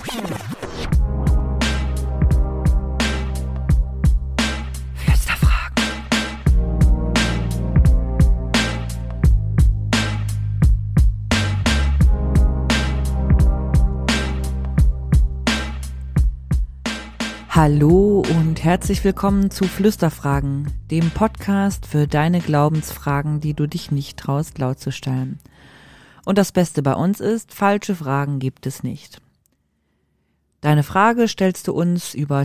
Hallo und herzlich willkommen zu Flüsterfragen, dem Podcast für deine Glaubensfragen, die du dich nicht traust, laut zu stellen. Und das Beste bei uns ist, falsche Fragen gibt es nicht. Deine Frage stellst du uns über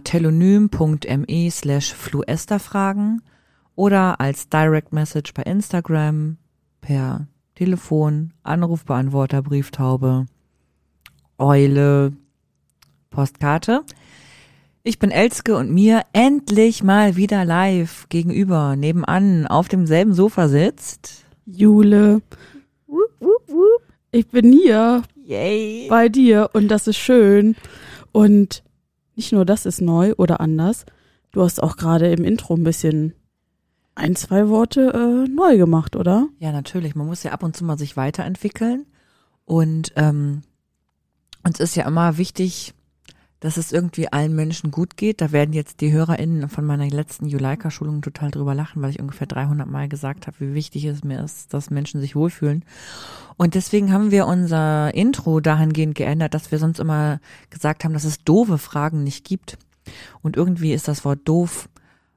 telonym.me/fluesterfragen oder als Direct Message bei Instagram, per Telefon, Anrufbeantworter, Brieftaube, Eule, Postkarte. Ich bin Elske und mir endlich mal wieder live gegenüber, nebenan, auf demselben Sofa sitzt Jule. Wup, wup, wup. Ich bin hier. Yay. Bei dir und das ist schön. Und nicht nur das ist neu oder anders, du hast auch gerade im Intro ein bisschen 1-2 Worte neu gemacht, oder? Ja, natürlich. Man muss ja ab und zu mal sich weiterentwickeln und uns ist ja immer wichtig, dass es irgendwie allen Menschen gut geht. Da werden jetzt die HörerInnen von meiner letzten Juleika-Schulung total drüber lachen, weil ich ungefähr 300 Mal gesagt habe, wie wichtig es mir ist, dass Menschen sich wohlfühlen. Und deswegen haben wir unser Intro dahingehend geändert, dass wir sonst immer gesagt haben, dass es doofe Fragen nicht gibt. Und irgendwie ist das Wort doof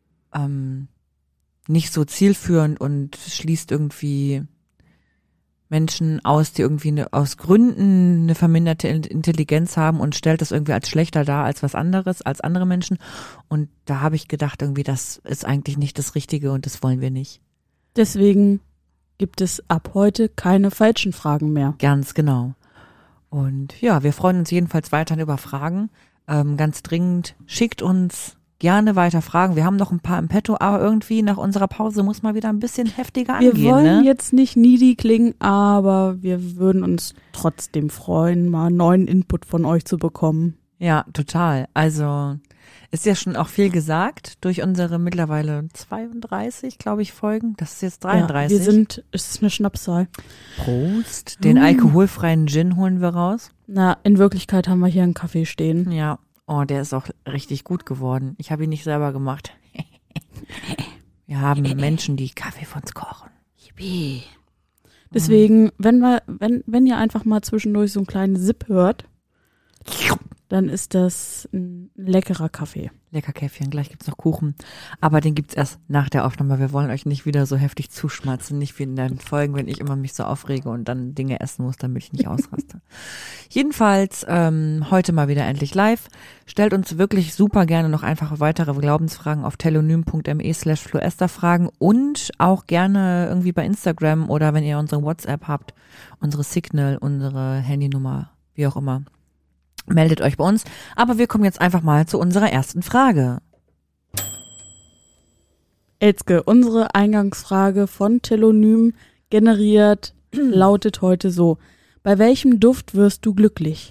nicht so zielführend und schließt irgendwie Menschen aus, die irgendwie aus Gründen eine verminderte Intelligenz haben und stellt das irgendwie als schlechter dar als was anderes, als andere Menschen. Und da habe ich gedacht, irgendwie, das ist eigentlich nicht das Richtige und das wollen wir nicht. Deswegen gibt es ab heute keine falschen Fragen mehr. Ganz genau. Und ja, wir freuen uns jedenfalls weiterhin über Fragen. Ganz dringend, schickt uns gerne weiter Fragen. Wir haben noch ein paar im Petto, aber irgendwie nach unserer Pause muss mal wieder ein bisschen heftiger angehen. Wir wollen jetzt nicht needy klingen, aber wir würden uns trotzdem freuen, mal neuen Input von euch zu bekommen. Ja, total. Also ist ja schon auch viel gesagt durch unsere mittlerweile 32, glaube ich, Folgen. Das ist jetzt 33. Ja, es ist eine Schnapszahl. Prost. Den alkoholfreien Gin holen wir raus. Na, in Wirklichkeit haben wir hier einen Kaffee stehen. Ja. Oh, der ist auch richtig gut geworden. Ich habe ihn nicht selber gemacht. Wir haben Menschen, die Kaffee für uns kochen. Yippie. Deswegen, wenn ihr einfach mal zwischendurch so einen kleinen Sip hört, dann ist das ein leckerer Kaffee. Lecker Käffchen, gleich gibt's noch Kuchen. Aber den gibt's erst nach der Aufnahme. Wir wollen euch nicht wieder so heftig zuschmatzen. Nicht wie in den Folgen, wenn ich immer mich so aufrege und dann Dinge essen muss, damit ich nicht ausraste. Jedenfalls heute mal wieder endlich live. Stellt uns wirklich super gerne noch einfach weitere Glaubensfragen auf telonym.me/fluesterfragen und auch gerne irgendwie bei Instagram oder wenn ihr unsere WhatsApp habt, unsere Signal, unsere Handynummer, wie auch immer. Meldet euch bei uns. Aber wir kommen jetzt einfach mal zu unserer ersten Frage. Elske, unsere Eingangsfrage von Telonym generiert lautet heute so: Bei welchem Duft wirst du glücklich?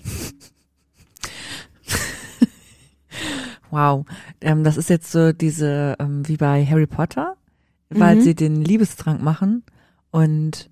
Wow, das ist jetzt so diese, wie bei Harry Potter, weil sie den Liebestrank machen und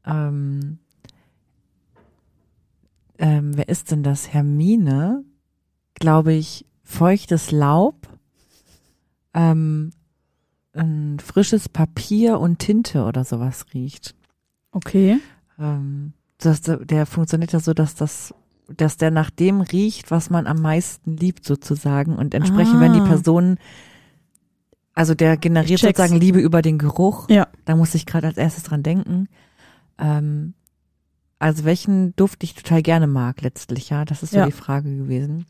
wer ist denn das? Hermine, glaube ich, feuchtes Laub, ein frisches Papier und Tinte oder sowas riecht. Okay. Der funktioniert ja so, dass der nach dem riecht, was man am meisten liebt sozusagen und entsprechend, wenn die Person, also der generiert sozusagen Liebe über den Geruch. Ja. Da muss ich gerade als erstes dran denken. Also welchen Duft ich total gerne mag letztlich, ja, das ist so die Frage gewesen.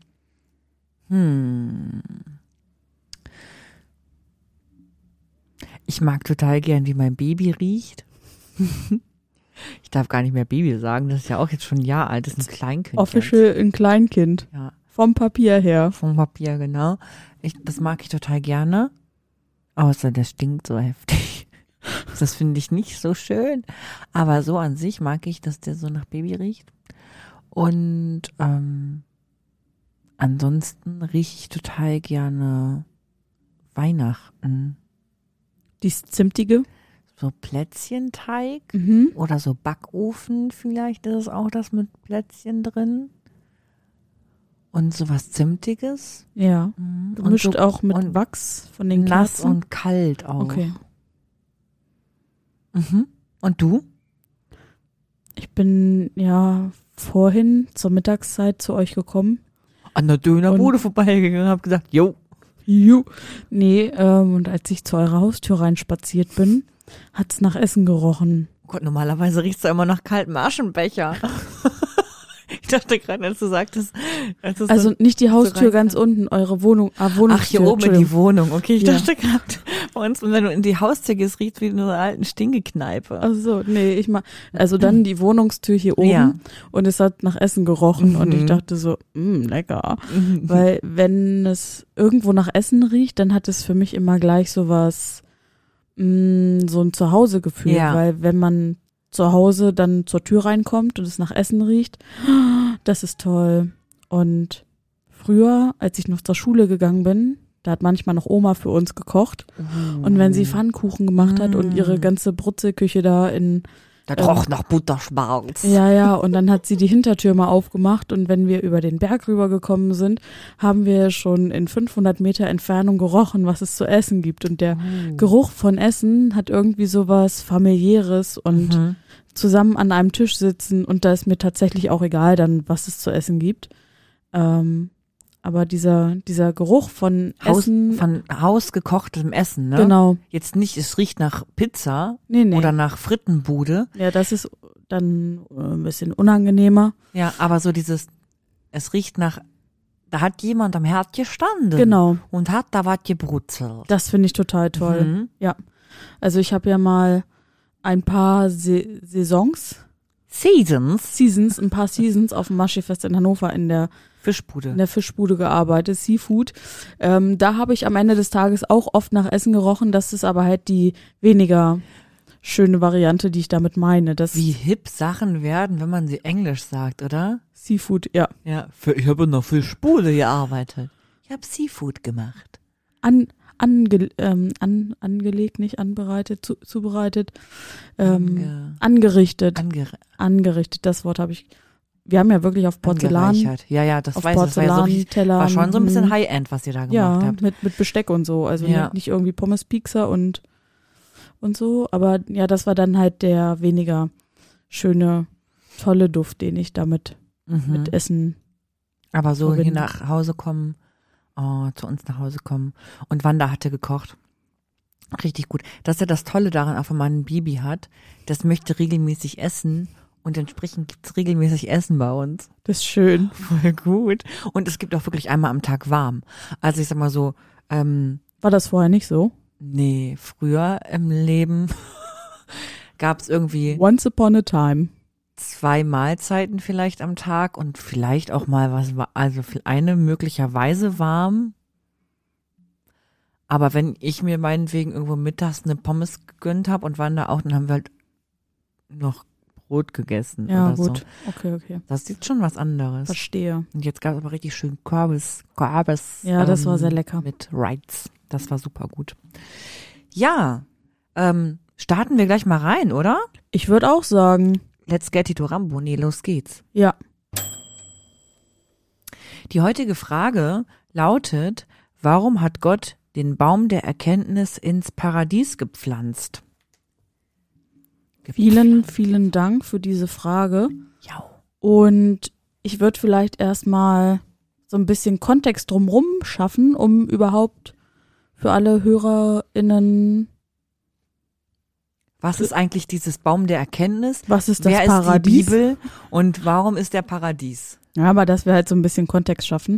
Ich mag total gern, wie mein Baby riecht. Ich darf gar nicht mehr Baby sagen, das ist ja auch jetzt schon ein Jahr alt, das ist ein Kleinkind. Official ein Kleinkind. Ja. Vom Papier her. Vom Papier, genau. Das mag ich total gerne. Außer der stinkt so heftig. Das finde ich nicht so schön. Aber so an sich mag ich, dass der so nach Baby riecht. Und ansonsten rieche ich total gerne Weihnachten. Die Zimtige? So Plätzchenteig oder so Backofen vielleicht ist es auch das mit Plätzchen drin. und sowas Zimtiges. Ja. Und Gemischt so, auch mit und Wachs von den nass Kerzen. und kalt auch. Okay. Mhm. Und du? Ich bin ja vorhin zur Mittagszeit zu euch gekommen. An der Dönerbude vorbeigegangen und hab gesagt, jo. Ju. Nee, und als ich zu eurer Haustür reinspaziert bin, hat's nach Essen gerochen. Oh Gott, normalerweise riecht's da immer nach kaltem Aschenbecher. Ich dachte gerade, als du sagtest, Also nicht die Haustür rein- ganz unten, eure Wohnungstür. ach, hier oben in die Entschuldigung. Wohnung. Okay, ich Ja. dachte gerade, bei uns, wenn du in die Haustür gehst, riecht wie in einer alten Stinkekneipe. Ach so, nee, also dann die Wohnungstür hier oben Ja. und es hat nach Essen gerochen und ich Mhm. dachte so, lecker. Weil wenn es irgendwo nach Essen riecht, dann hat es für mich immer gleich sowas, so ein Zuhausegefühl, Ja. weil wenn man zu Hause dann zur Tür reinkommt und es nach Essen riecht, das ist toll. Und früher, als ich noch zur Schule gegangen bin, da hat manchmal noch Oma für uns gekocht. Und wenn sie Pfannkuchen gemacht hat und ihre ganze Brutzelküche da Da roch nach Butterschmalz. ja, und dann hat sie die Hintertür mal aufgemacht und wenn wir über den Berg rübergekommen sind, haben wir schon in 500 Meter Entfernung gerochen, was es zu essen gibt. Und der Geruch von Essen hat irgendwie sowas Familiäres und zusammen an einem Tisch sitzen und da ist mir tatsächlich auch egal dann, was es zu essen gibt. Aber dieser Geruch von Essen, Von hausgekochtem Essen, ne? genau, Jetzt nicht, es riecht nach Pizza nee. oder nach Frittenbude. Ja, das ist dann ein bisschen unangenehmer. Ja, aber so dieses, es riecht nach, da hat jemand am Herd gestanden. Genau, Und hat da was gebrutzelt. das finde ich total toll. Mhm. Ja, also ich habe ja mal ein paar Seasons auf dem Maschefest in Hannover in der Fischbude. Fischbude gearbeitet, Seafood. Da habe ich am Ende des Tages auch oft nach Essen gerochen. Das ist aber halt die weniger schöne Variante, die ich damit meine. Das Wie hip Sachen werden, wenn man sie Englisch sagt, oder? Seafood, ja. Ja, ich habe in der Fischbude gearbeitet. Ich habe Seafood gemacht. Angelegt, nicht anbereitet, zubereitet, angerichtet. Angerichtet, das Wort habe ich. Wir haben ja wirklich auf Porzellan, Angereichert. Ja, das auf weiß ich. Das war, ja so richtig, Porzellanteller. war schon so ein bisschen High-End, was ihr da gemacht Ja, habt. mit Besteck und so. Also Ja. nicht irgendwie Pommes Piekser und so. Aber ja, das war dann halt der weniger schöne, tolle Duft, den ich damit mit Essen. Aber so hier verbinden. nach Hause kommen, zu uns nach Hause kommen. Und Wanda hatte gekocht. Richtig gut. Das ist ja das Tolle daran, auch wenn man ein Baby hat, das möchte regelmäßig essen und entsprechend gibt's regelmäßig Essen bei uns. Das ist schön. Voll gut. Und es gibt auch wirklich einmal am Tag warm. Also ich sag mal so, War das vorher nicht so? nee, früher im Leben gab's irgendwie Once upon a time. 2 Mahlzeiten vielleicht am Tag und vielleicht auch mal was, also eine möglicherweise warm. Aber wenn ich mir meinetwegen irgendwo mittags eine Pommes gegönnt habe und Wanda auch, dann haben wir halt noch Brot gegessen Ja, oder gut. so. Okay. Das ist schon was anderes. Verstehe. Und jetzt gab es aber richtig schön Kürbis. Ja, das war sehr lecker. Mit Rice. Das war super gut. Ja, starten wir gleich mal rein, oder? Ich würde auch sagen, Let's get it to Rambo. Nee, los geht's. ja. Die heutige Frage lautet, warum hat Gott den Baum der Erkenntnis ins Paradies gepflanzt? Vielen Dank für diese Frage. Ja. Und ich würde vielleicht erstmal so ein bisschen Kontext drumherum schaffen, um überhaupt für alle HörerInnen, Was ist eigentlich dieses Baum der Erkenntnis? was ist das Wer Paradies? ist die Bibel und warum ist der Paradies? Ja, aber dass wir halt so ein bisschen Kontext schaffen.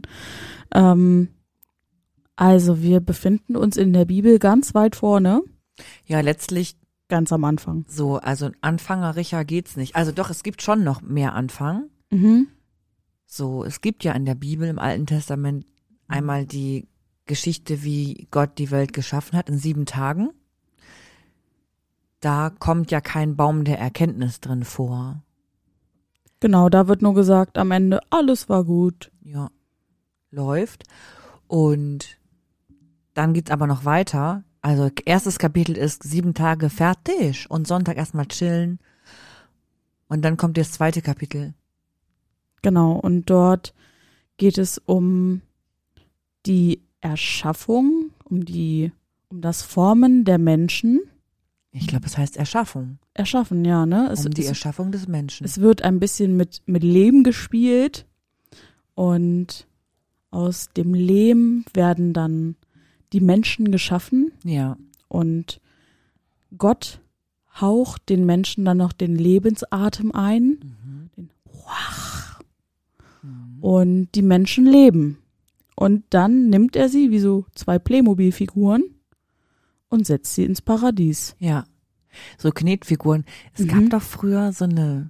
Also wir befinden uns in der Bibel ganz weit vorne, Ja, letztlich ganz am Anfang. so, also anfängerischer geht's nicht. Also doch, es gibt schon noch mehr Anfang. Mhm. So, es gibt ja in der Bibel im Alten Testament einmal die Geschichte, wie Gott die Welt geschaffen hat in 7 Tagen. Da kommt ja kein Baum der Erkenntnis drin vor. Genau, da wird nur gesagt, am Ende alles war gut. Ja, läuft. Und dann geht's aber noch weiter. Also erstes Kapitel ist 7 Tage fertig und Sonntag erstmal chillen. Und dann kommt das zweite Kapitel. Genau, und dort geht es um die Erschaffung, um das Formen der Menschen. Ich glaube, es heißt Erschaffung. Erschaffen, ja, ne? Die Erschaffung des Menschen. Es wird ein bisschen mit Lehm gespielt und aus dem Lehm werden dann die Menschen geschaffen. Ja. Und Gott haucht den Menschen dann noch den Lebensatem ein. Den Ruach. Und die Menschen leben. Und dann nimmt er sie wie so 2 Playmobil-Figuren und setzt sie ins Paradies. Ja. So Knetfiguren. Es gab doch früher so eine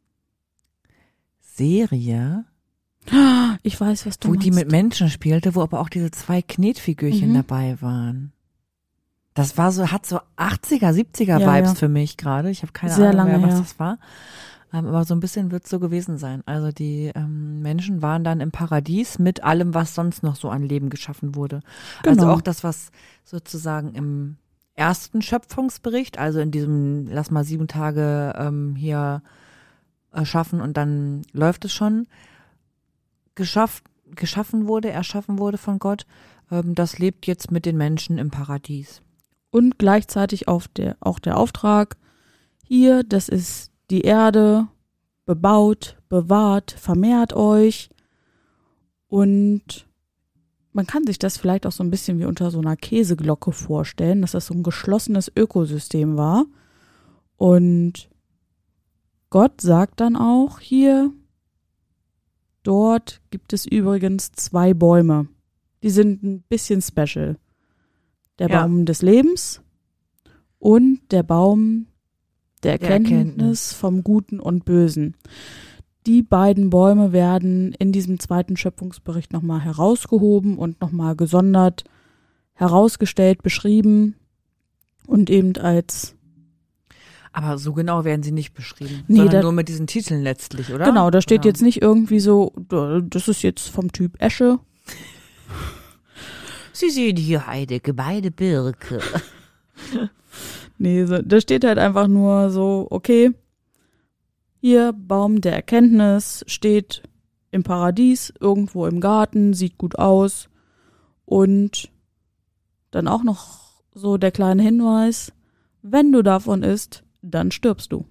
Serie, ich weiß, was du wo meinst. die mit Menschen spielte, wo aber auch diese 2 Knetfigürchen dabei waren. Das war so, hat so 80er, 70er Vibes für mich gerade. Ich habe keine Ahnung mehr, was das war. Aber so ein bisschen wird es so gewesen sein. Also die Menschen waren dann im Paradies mit allem, was sonst noch so an Leben geschaffen wurde. Genau. Also auch das, was sozusagen im ersten Schöpfungsbericht, also in diesem, lass mal 7 Tage hier erschaffen und dann läuft es schon, erschaffen wurde von Gott, das lebt jetzt mit den Menschen im Paradies. Und gleichzeitig auch der Auftrag, hier, das ist die Erde, bebaut, bewahrt, vermehrt euch. Und man kann sich das vielleicht auch so ein bisschen wie unter so einer Käseglocke vorstellen, dass das so ein geschlossenes Ökosystem war. Und Gott sagt dann auch hier, dort gibt es übrigens 2 Bäume. Die sind ein bisschen special. Der Baum des Lebens und der Baum der Erkenntnis vom Guten und Bösen. Die beiden Bäume werden in diesem 2. Schöpfungsbericht nochmal herausgehoben und nochmal gesondert herausgestellt, beschrieben und eben als... Aber so genau werden sie nicht beschrieben, sondern nur mit diesen Titeln letztlich, oder? Genau, da steht jetzt nicht irgendwie so, das ist jetzt vom Typ Esche. Sie sehen hier eine gemeine Birke. Nee, da steht halt einfach nur so, okay, hier Baum der Erkenntnis steht im Paradies, irgendwo im Garten, sieht gut aus. Und dann auch noch so der kleine Hinweis, wenn du davon isst, dann stirbst du.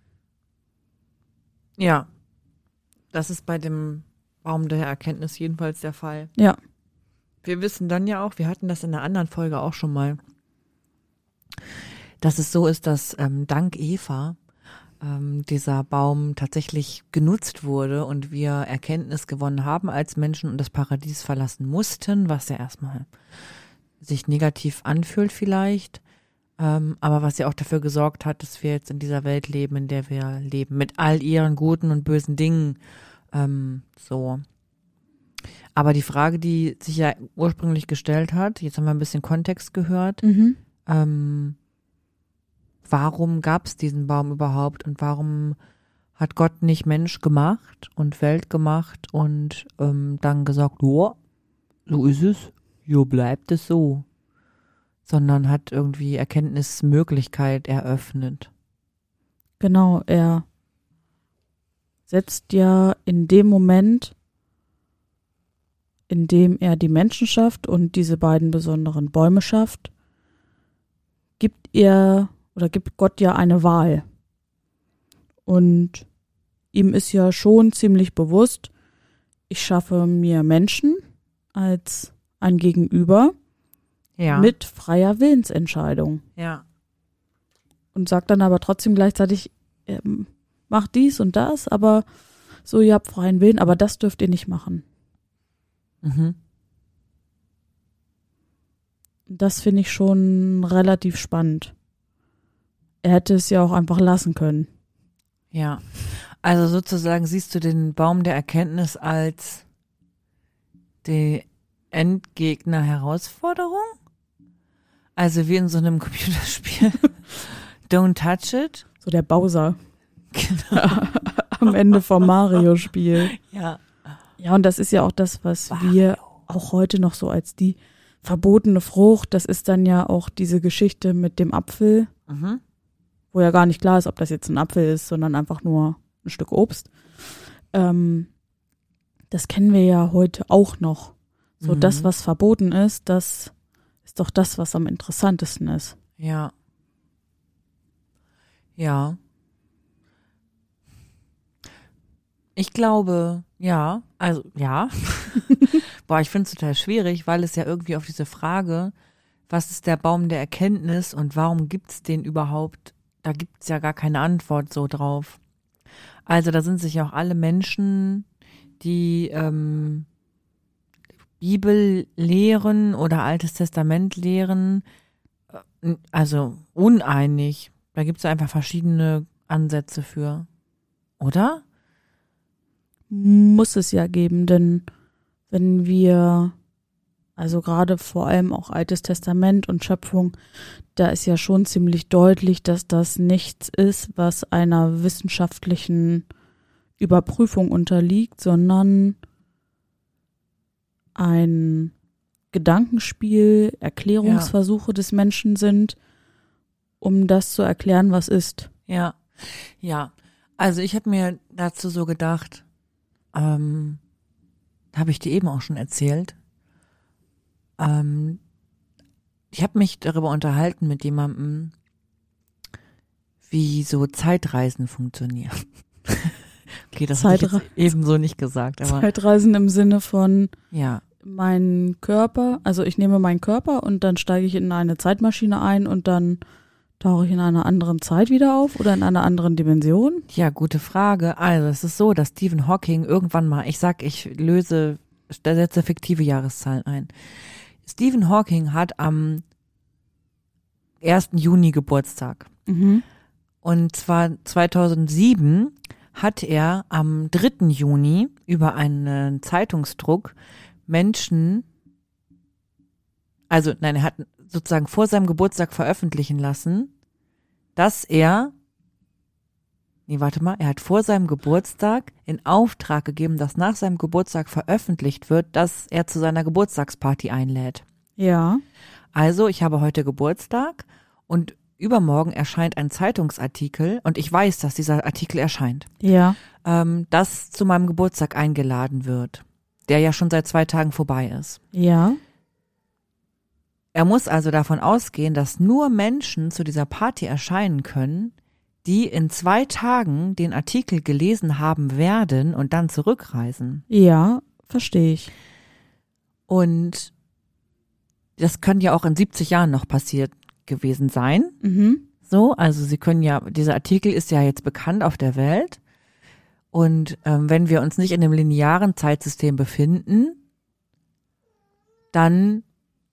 Ja, das ist bei dem Baum der Erkenntnis jedenfalls der Fall. Ja. Wir wissen dann ja auch, wir hatten das in einer anderen Folge auch schon mal, dass es so ist, dass dank Eva dieser Baum tatsächlich genutzt wurde und wir Erkenntnis gewonnen haben als Menschen und das Paradies verlassen mussten, was ja erstmal sich negativ anfühlt vielleicht, aber was ja auch dafür gesorgt hat, dass wir jetzt in dieser Welt leben, in der wir leben, mit all ihren guten und bösen Dingen, so. Aber die Frage, die sich ja ursprünglich gestellt hat, jetzt haben wir ein bisschen Kontext gehört, warum gab es diesen Baum überhaupt und warum hat Gott nicht Mensch gemacht und Welt gemacht und dann gesagt, oh, so ist es, jo, bleibt es so, sondern hat irgendwie Erkenntnismöglichkeit eröffnet. Genau, er setzt ja in dem Moment, in dem er die Menschen schafft und diese beiden besonderen Bäume schafft, gibt Gott ja eine Wahl. Und ihm ist ja schon ziemlich bewusst, ich schaffe mir Menschen als ein Gegenüber mit freier Willensentscheidung. Ja. Und sagt dann aber trotzdem gleichzeitig, macht dies und das, aber so, ihr habt freien Willen, aber das dürft ihr nicht machen. Mhm. Das finde ich schon relativ spannend. Er hätte es ja auch einfach lassen können. Ja, also sozusagen siehst du den Baum der Erkenntnis als die Endgegner-Herausforderung? Also wie in so einem Computerspiel. Don't touch it. So der Bowser. Genau. Am Ende vom Mario-Spiel. Ja. Ja, und das ist ja auch das, was wir auch heute noch so als die verbotene Frucht, das ist dann ja auch diese Geschichte mit dem Apfel, wo ja gar nicht klar ist, ob das jetzt ein Apfel ist, sondern einfach nur ein Stück Obst. Das Das kennen wir ja heute auch noch. So das, was verboten ist, das ist doch das, was am interessantesten ist. Ja. Ja. Ich glaube, ja, also ja. Boah, ich finde es total schwierig, weil es ja irgendwie auf diese Frage, was ist der Baum der Erkenntnis und warum gibt's den überhaupt, da gibt's ja gar keine Antwort so drauf. Also da sind sich ja auch alle Menschen, die Bibel lehren oder Altes Testament lehren, also uneinig. Da gibt's ja einfach verschiedene Ansätze für, oder? Muss es ja geben, denn wenn wir, also gerade vor allem auch Altes Testament und Schöpfung, da ist ja schon ziemlich deutlich, dass das nichts ist, was einer wissenschaftlichen Überprüfung unterliegt, sondern ein Gedankenspiel, Erklärungsversuche des Menschen sind, um das zu erklären, was ist. Ja, ja. Also ich habe mir dazu so gedacht, habe ich dir eben auch schon erzählt. Ich habe mich darüber unterhalten mit jemandem, wie so Zeitreisen funktionieren. Okay, das habe ich jetzt ebenso nicht gesagt. Aber Zeitreisen im Sinne von ja, meinen Körper, also ich nehme meinen Körper und dann steige ich in eine Zeitmaschine ein und dann tauche ich in einer anderen Zeit wieder auf oder in einer anderen Dimension? ja, gute Frage. Also es ist so, dass Stephen Hawking irgendwann mal, ich setze fiktive Jahreszahlen ein. Stephen Hawking hat am 1. Juni Geburtstag. Und zwar 2007 hat er am 3. Juni über einen Zeitungsdruck Menschen, er hat sozusagen vor seinem Geburtstag veröffentlichen lassen, dass er hat vor seinem Geburtstag in Auftrag gegeben, dass nach seinem Geburtstag veröffentlicht wird, dass er zu seiner Geburtstagsparty einlädt. Ja. Also, ich habe heute Geburtstag und übermorgen erscheint ein Zeitungsartikel und ich weiß, dass dieser Artikel erscheint. Ja. Dass zu meinem Geburtstag eingeladen wird, der ja schon seit 2 Tagen vorbei ist. Ja. Er muss also davon ausgehen, dass nur Menschen zu dieser Party erscheinen können, die in 2 Tagen den Artikel gelesen haben werden und dann zurückreisen. Ja, verstehe ich. Und das kann ja auch in 70 Jahren noch passiert gewesen sein. So, also dieser Artikel ist ja jetzt bekannt auf der Welt. Und wenn wir uns nicht in einem linearen Zeitsystem befinden, dann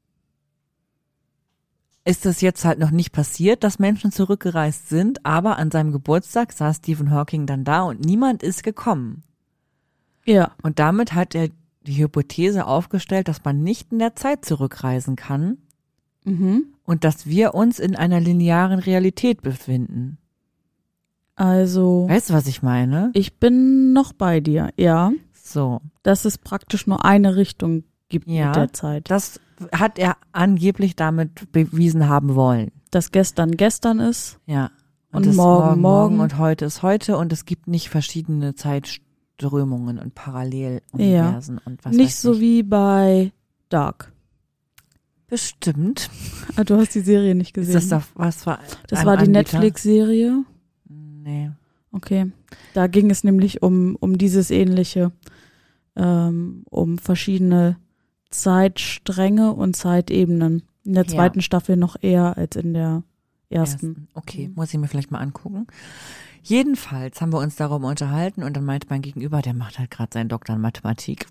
ist es jetzt halt noch nicht passiert, dass Menschen zurückgereist sind, aber an seinem Geburtstag saß Stephen Hawking dann da und niemand ist gekommen. Ja. Und damit hat er die Hypothese aufgestellt, dass man nicht in der Zeit zurückreisen kann und dass wir uns in einer linearen Realität befinden. Also. Weißt du, was ich meine? Ich bin noch bei dir, ja. So. Dass es praktisch nur eine Richtung gibt Ja, mit der Zeit. Das hat er angeblich damit bewiesen haben wollen. Dass gestern gestern ist. Ja. Und das morgen und heute ist heute und es gibt nicht verschiedene Zeitströmungen und Paralleluniversen und was Nicht weiß so ich. wie bei Dark. Bestimmt. Ah, du hast die Serie nicht gesehen. Ist das was war Das war die Netflix-Serie. Nee. Okay. Da ging es nämlich um dieses Ähnliche, um verschiedene Zeitstränge und Zeitebenen. In der zweiten Staffel noch eher als in der ersten. Okay, muss ich mir vielleicht mal angucken. Jedenfalls haben wir uns darüber unterhalten und dann meinte mein Gegenüber, der macht halt gerade seinen Doktor in Mathematik.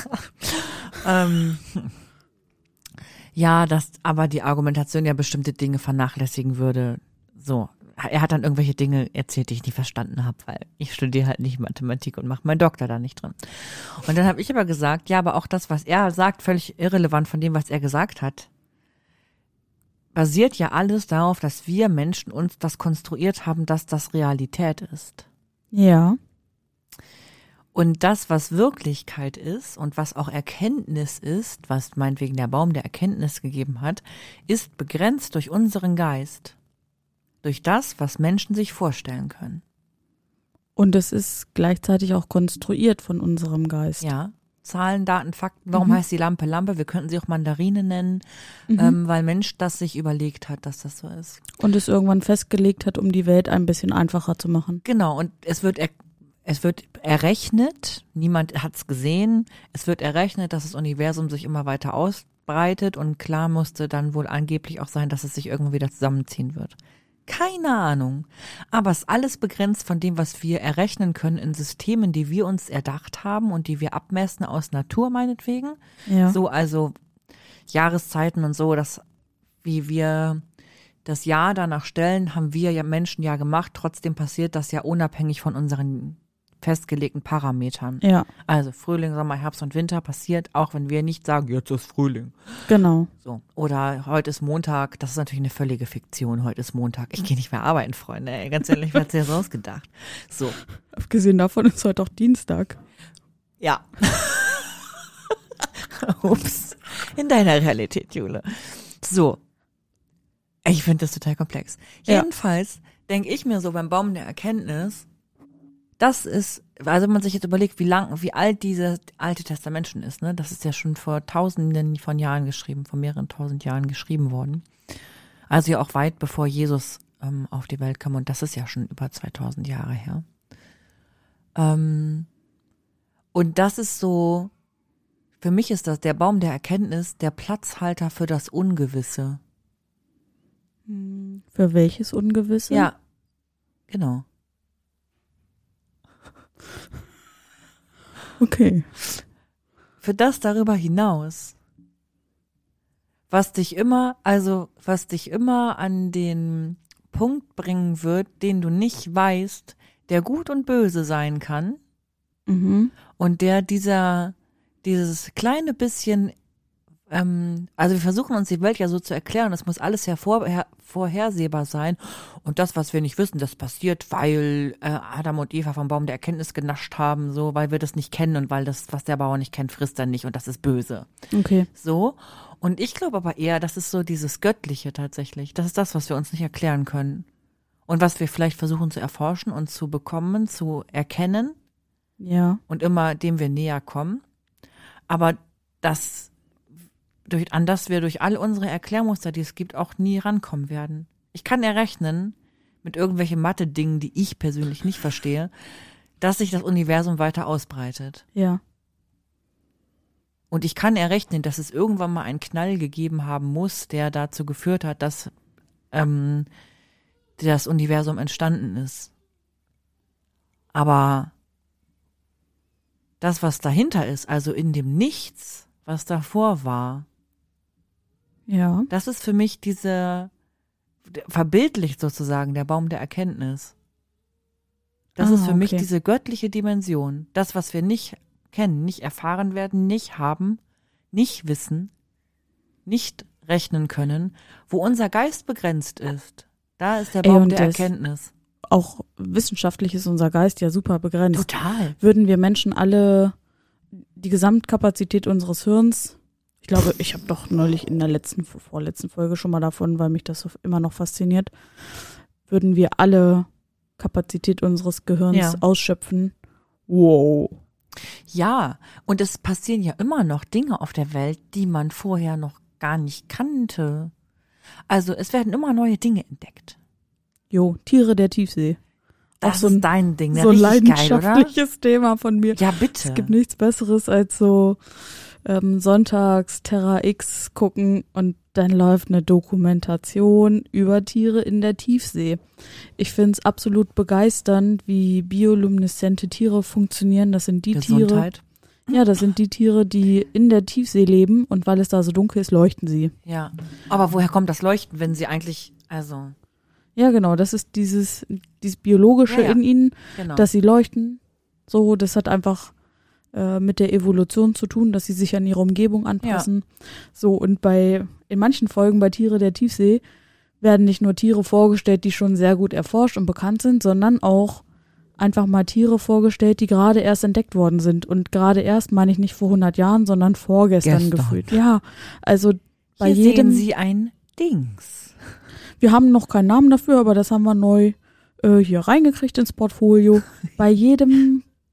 Ja, dass aber die Argumentation ja bestimmte Dinge vernachlässigen würde. So, er hat dann irgendwelche Dinge erzählt, die ich nicht verstanden habe, weil ich studiere halt nicht Mathematik und mache meinen Doktor da nicht drin. Und dann habe ich aber gesagt, ja, aber auch das, was er sagt, völlig irrelevant von dem, was er gesagt hat, basiert ja alles darauf, dass wir Menschen uns das konstruiert haben, dass das Realität ist. Ja. Und das, was Wirklichkeit ist und was auch Erkenntnis ist, was meinetwegen der Baum der Erkenntnis gegeben hat, ist begrenzt durch unseren Geist. Durch das, was Menschen sich vorstellen können. Und es ist gleichzeitig auch konstruiert von unserem Geist. Ja, Zahlen, Daten, Fakten. Warum heißt die Lampe Lampe? Wir könnten sie auch Mandarine nennen, weil Mensch das sich überlegt hat, dass das so ist. Und es irgendwann festgelegt hat, um die Welt ein bisschen einfacher zu machen. Genau, und es wird errechnet, niemand hat es gesehen, es wird errechnet, dass das Universum sich immer weiter ausbreitet und klar musste dann wohl angeblich auch sein, dass es sich irgendwann wieder zusammenziehen wird. Keine Ahnung, aber es ist alles begrenzt von dem, was wir errechnen können in Systemen, die wir uns erdacht haben und die wir abmessen aus Natur meinetwegen. Ja. So, also Jahreszeiten und so, dass wie wir das Jahr danach stellen, haben wir ja Menschen ja gemacht. Trotzdem passiert das ja unabhängig von unseren festgelegten Parametern. Ja, Also Frühling, Sommer, Herbst und Winter passiert, auch wenn wir nicht sagen, jetzt ist Frühling. genau. So. Oder heute ist Montag, das ist natürlich eine völlige Fiktion, heute ist Montag. Ich gehe nicht mehr arbeiten, Freunde, ey. Ganz ehrlich, wer hat's ja so ausgedacht. So. Abgesehen davon ist heute auch Dienstag. Ja. Ups. In deiner Realität, Jule. So. Ich finde das total komplex. Ja. Jedenfalls denke ich mir so beim Baum der Erkenntnis, das ist, also wenn man sich jetzt überlegt, wie alt dieses Alte Testament schon ist, ne? Das ist ja schon vor Tausenden von Jahren geschrieben, vor mehreren tausend Jahren geschrieben worden. Also ja auch weit bevor Jesus auf die Welt kam und das ist ja schon über 2000 Jahre her. Und das ist so, für mich ist das der Baum der Erkenntnis, der Platzhalter für das Ungewisse. Für welches Ungewisse? Ja, genau. Okay. Für das darüber hinaus, was dich immer an den Punkt bringen wird, den du nicht weißt, der gut und böse sein kann und der dieses kleine bisschen, also wir versuchen uns die Welt ja so zu erklären, es muss alles vorhersehbar sein und das, was wir nicht wissen, das passiert, weil Adam und Eva vom Baum der Erkenntnis genascht haben, so, weil wir das nicht kennen und weil das, was der Bauer nicht kennt, frisst er nicht und das ist böse. Okay. So, und ich glaube aber eher, das ist so dieses Göttliche tatsächlich, das ist das, was wir uns nicht erklären können und was wir vielleicht versuchen zu erforschen und zu bekommen, zu erkennen Ja. und immer dem wir näher kommen, aber an das wir durch all unsere Erklärmuster, die es gibt, auch nie rankommen werden. Ich kann errechnen, mit irgendwelchen Mathe-Dingen, die ich persönlich nicht verstehe, dass sich das Universum weiter ausbreitet. Ja. Und ich kann errechnen, dass es irgendwann mal einen Knall gegeben haben muss, der dazu geführt hat, dass das Universum entstanden ist. Aber das, was dahinter ist, also in dem Nichts, was davor war, Ja. das ist für mich verbildlicht sozusagen der Baum der Erkenntnis. Das ist für mich okay. diese göttliche Dimension. Das, was wir nicht kennen, nicht erfahren werden, nicht haben, nicht wissen, nicht rechnen können, wo unser Geist begrenzt ist. Da ist der Baum der Erkenntnis. Auch wissenschaftlich ist unser Geist ja super begrenzt. Total. Würden wir Menschen alle die Gesamtkapazität unseres Hirns, ich glaube, ich habe doch neulich in der vorletzten Folge schon mal davon, weil mich das so immer noch fasziniert, würden wir alle Kapazität unseres Gehirns ausschöpfen. Wow. Ja, und es passieren ja immer noch Dinge auf der Welt, die man vorher noch gar nicht kannte. Also es werden immer neue Dinge entdeckt. Jo, Tiere der Tiefsee. Das auch so ist dein Ding, ne? So ein Richtig geil, oder? leidenschaftliches Thema von mir. Ja, bitte. Es gibt nichts Besseres als so sonntags Terra X gucken und dann läuft eine Dokumentation über Tiere in der Tiefsee. Ich finde es absolut begeisternd, wie biolumineszente Tiere funktionieren. Das sind die Gesundheit. Tiere. Ja, das sind die Tiere, die in der Tiefsee leben und weil es da so dunkel ist, leuchten sie. Ja. Aber woher kommt das Leuchten, wenn sie eigentlich, also. Ja, genau, das ist dieses Biologische in ihnen, genau. dass sie leuchten. So, das hat einfach mit der Evolution zu tun, dass sie sich an ihre Umgebung anpassen. Ja. So, und in manchen Folgen bei Tiere der Tiefsee werden nicht nur Tiere vorgestellt, die schon sehr gut erforscht und bekannt sind, sondern auch einfach mal Tiere vorgestellt, die gerade erst entdeckt worden sind. Und gerade erst meine ich nicht vor 100 Jahren, sondern vorgestern gefühlt. Ja, also bei Hier jedem. Sehen Sie ein Dings. Wir haben noch keinen Namen dafür, aber das haben wir neu hier reingekriegt ins Portfolio. Bei jedem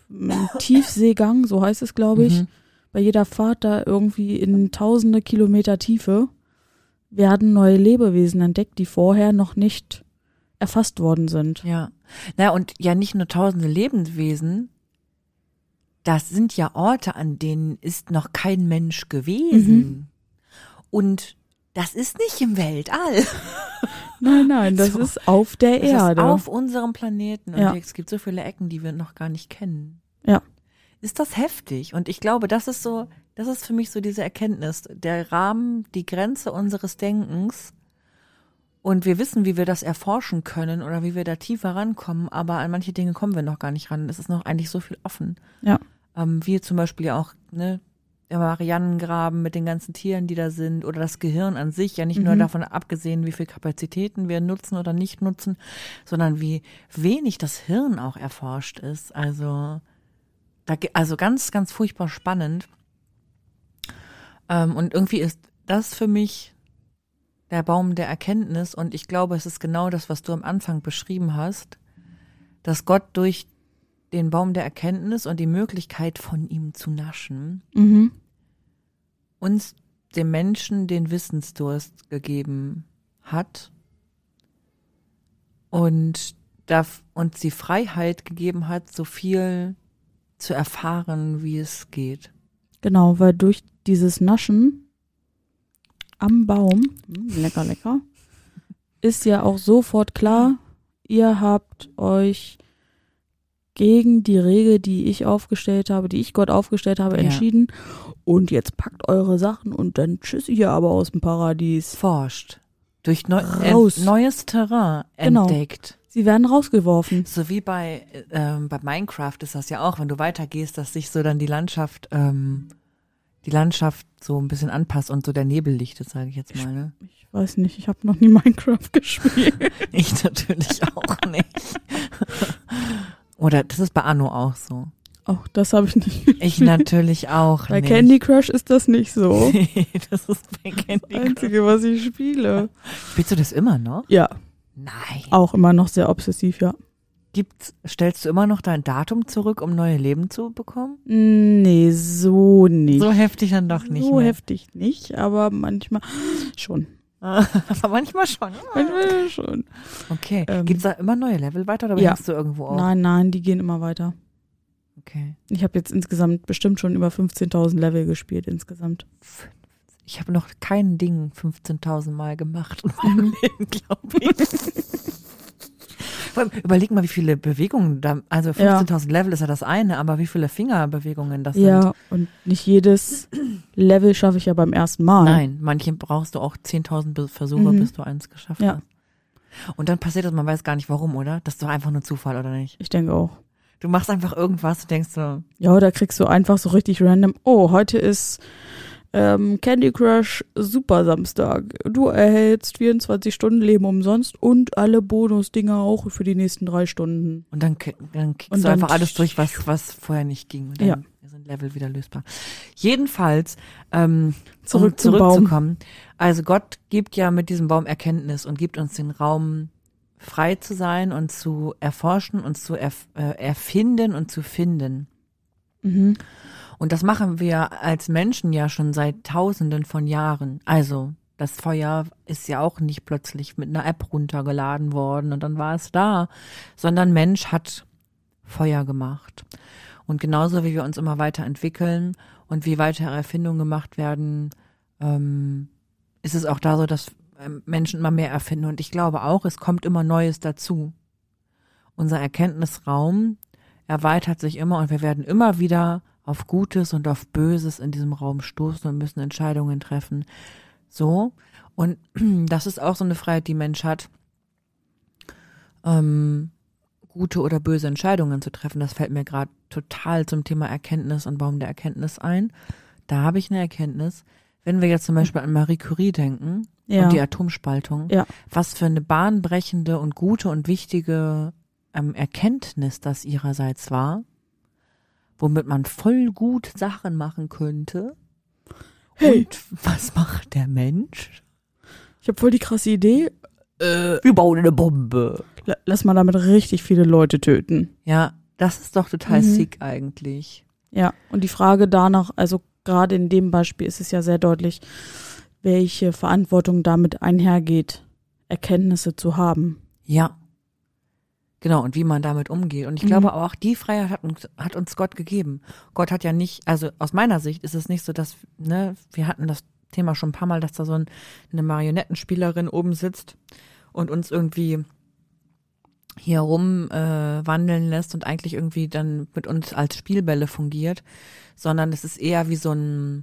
Tiefseegang, so heißt es, glaube ich. Bei jeder Fahrt da irgendwie in tausende Kilometer Tiefe werden neue Lebewesen entdeckt, die vorher noch nicht erfasst worden sind. Ja. Na, und ja nicht nur tausende Lebewesen, das sind ja Orte, an denen ist noch kein Mensch gewesen. Und das ist nicht im Weltall. Nein, das ist auf der Erde. Das ist auf unserem Planeten. Und Ja. es gibt so viele Ecken, die wir noch gar nicht kennen. Ja. Ist das heftig? Und ich glaube, das ist für mich so diese Erkenntnis, der Rahmen, die Grenze unseres Denkens. Und wir wissen, wie wir das erforschen können oder wie wir da tiefer rankommen, aber an manche Dinge kommen wir noch gar nicht ran. Es ist noch eigentlich so viel offen. Ja. Wie zum Beispiel auch, ne, der Marianengraben mit den ganzen Tieren, die da sind, oder das Gehirn an sich, ja nicht nur davon abgesehen, wie viel Kapazitäten wir nutzen oder nicht nutzen, sondern wie wenig das Hirn auch erforscht ist. Also ganz, ganz furchtbar spannend. Und irgendwie ist das für mich der Baum der Erkenntnis, und ich glaube, es ist genau das, was du am Anfang beschrieben hast, dass Gott durch den Baum der Erkenntnis und die Möglichkeit von ihm zu naschen, uns dem Menschen den Wissensdurst gegeben hat und uns die Freiheit gegeben hat, so viel zu erfahren, wie es geht. Genau, weil durch dieses Naschen am Baum, lecker, ist ja auch sofort klar, ihr habt euch gegen die Regel, die ich Gott aufgestellt habe, entschieden. Und jetzt packt eure Sachen und dann tschüss ihr aber aus dem Paradies. Forscht. Durch Raus. neues Terrain Genau. entdeckt. Sie werden rausgeworfen. So wie bei Minecraft ist das ja auch, wenn du weitergehst, dass sich so dann die Landschaft so ein bisschen anpasst und so der Nebel lichtet, sage ich jetzt mal. Ne? Ich weiß nicht, ich habe noch nie Minecraft gespielt. Ich natürlich auch nicht. Oder das ist bei Anno auch so. Oh, das habe ich nicht gespielt. Ich natürlich auch Bei nicht. Candy Crush ist das nicht so. Nee, das ist bei Candy Das Crush. Einzige, was ich spiele. Spielst du das immer noch? Ja, Nein. auch immer noch sehr obsessiv, ja. Stellst du immer noch dein Datum zurück, um neue Leben zu bekommen? Nee, so nicht. So heftig dann doch nicht So mehr. heftig nicht, aber manchmal schon. Aber manchmal schon. Manchmal schon. Okay. Gibt's da immer neue Level weiter oder Ja. hängst du irgendwo auf? Nein, die gehen immer weiter. Okay. Ich habe jetzt insgesamt bestimmt schon über 15.000 Level gespielt insgesamt. Ich habe noch kein Ding 15.000 Mal gemacht in meinem Leben, glaube ich. Vor allem, überleg mal, wie viele Bewegungen da, also 15.000 Level ist ja das eine, aber wie viele Fingerbewegungen das sind. Ja, und nicht jedes Level schaffe ich ja beim ersten Mal. Nein, manche brauchst du auch 10.000 Versuche, bis du eins geschafft Ja. hast. Und dann passiert das, man weiß gar nicht warum, oder? Das ist doch einfach nur Zufall, oder nicht? Ich denke auch. Du machst einfach irgendwas, du denkst so, Ja, da kriegst du einfach so richtig random, oh, heute ist Candy Crush Super Samstag. Du erhältst 24 Stunden Leben umsonst und alle Bonusdinger auch für die nächsten 3 Stunden. und dann kickst Und du einfach dann- alles durch, was vorher nicht ging. Und dann Ja. sind Level wieder lösbar. Jedenfalls, Zurück um zum Baum. zurückzukommen. Also Gott gibt ja mit diesem Baum Erkenntnis und gibt uns den Raum, frei zu sein und zu erforschen und zu erfinden und zu finden. Und das machen wir als Menschen ja schon seit Tausenden von Jahren. Also das Feuer ist ja auch nicht plötzlich mit einer App runtergeladen worden und dann war es da, sondern Mensch hat Feuer gemacht. Und genauso wie wir uns immer weiterentwickeln und wie weitere Erfindungen gemacht werden, ist es auch da so, dass Menschen immer mehr erfinden. Und ich glaube auch, es kommt immer Neues dazu. Unser Erkenntnisraum erweitert sich immer und wir werden immer wieder auf Gutes und auf Böses in diesem Raum stoßen und müssen Entscheidungen treffen. So. Und das ist auch so eine Freiheit, die Mensch hat, gute oder böse Entscheidungen zu treffen. Das fällt mir gerade total zum Thema Erkenntnis und Baum der Erkenntnis ein. Da habe ich eine Erkenntnis. Wenn wir jetzt zum Beispiel an Marie Curie denken und die Atomspaltung, was für eine bahnbrechende und gute und wichtige Erkenntnis das ihrerseits war, womit man voll gut Sachen machen könnte. Hey. Und was macht der Mensch? Ich habe voll die krasse Idee. Wir bauen eine Bombe. Lass mal damit richtig viele Leute töten. Ja, Das ist doch total sick eigentlich. Ja, und die Frage danach, also gerade in dem Beispiel ist es ja sehr deutlich, welche Verantwortung damit einhergeht, Erkenntnisse zu haben. Ja. Genau, und wie man damit umgeht. Und ich glaube auch, die Freiheit hat uns Gott gegeben. Gott hat ja nicht, also aus meiner Sicht ist es nicht so, dass, ne, wir hatten das Thema schon ein paar Mal, dass da so eine Marionettenspielerin oben sitzt und uns irgendwie hier rum wandeln lässt und eigentlich irgendwie dann mit uns als Spielbälle fungiert, sondern es ist eher wie so ein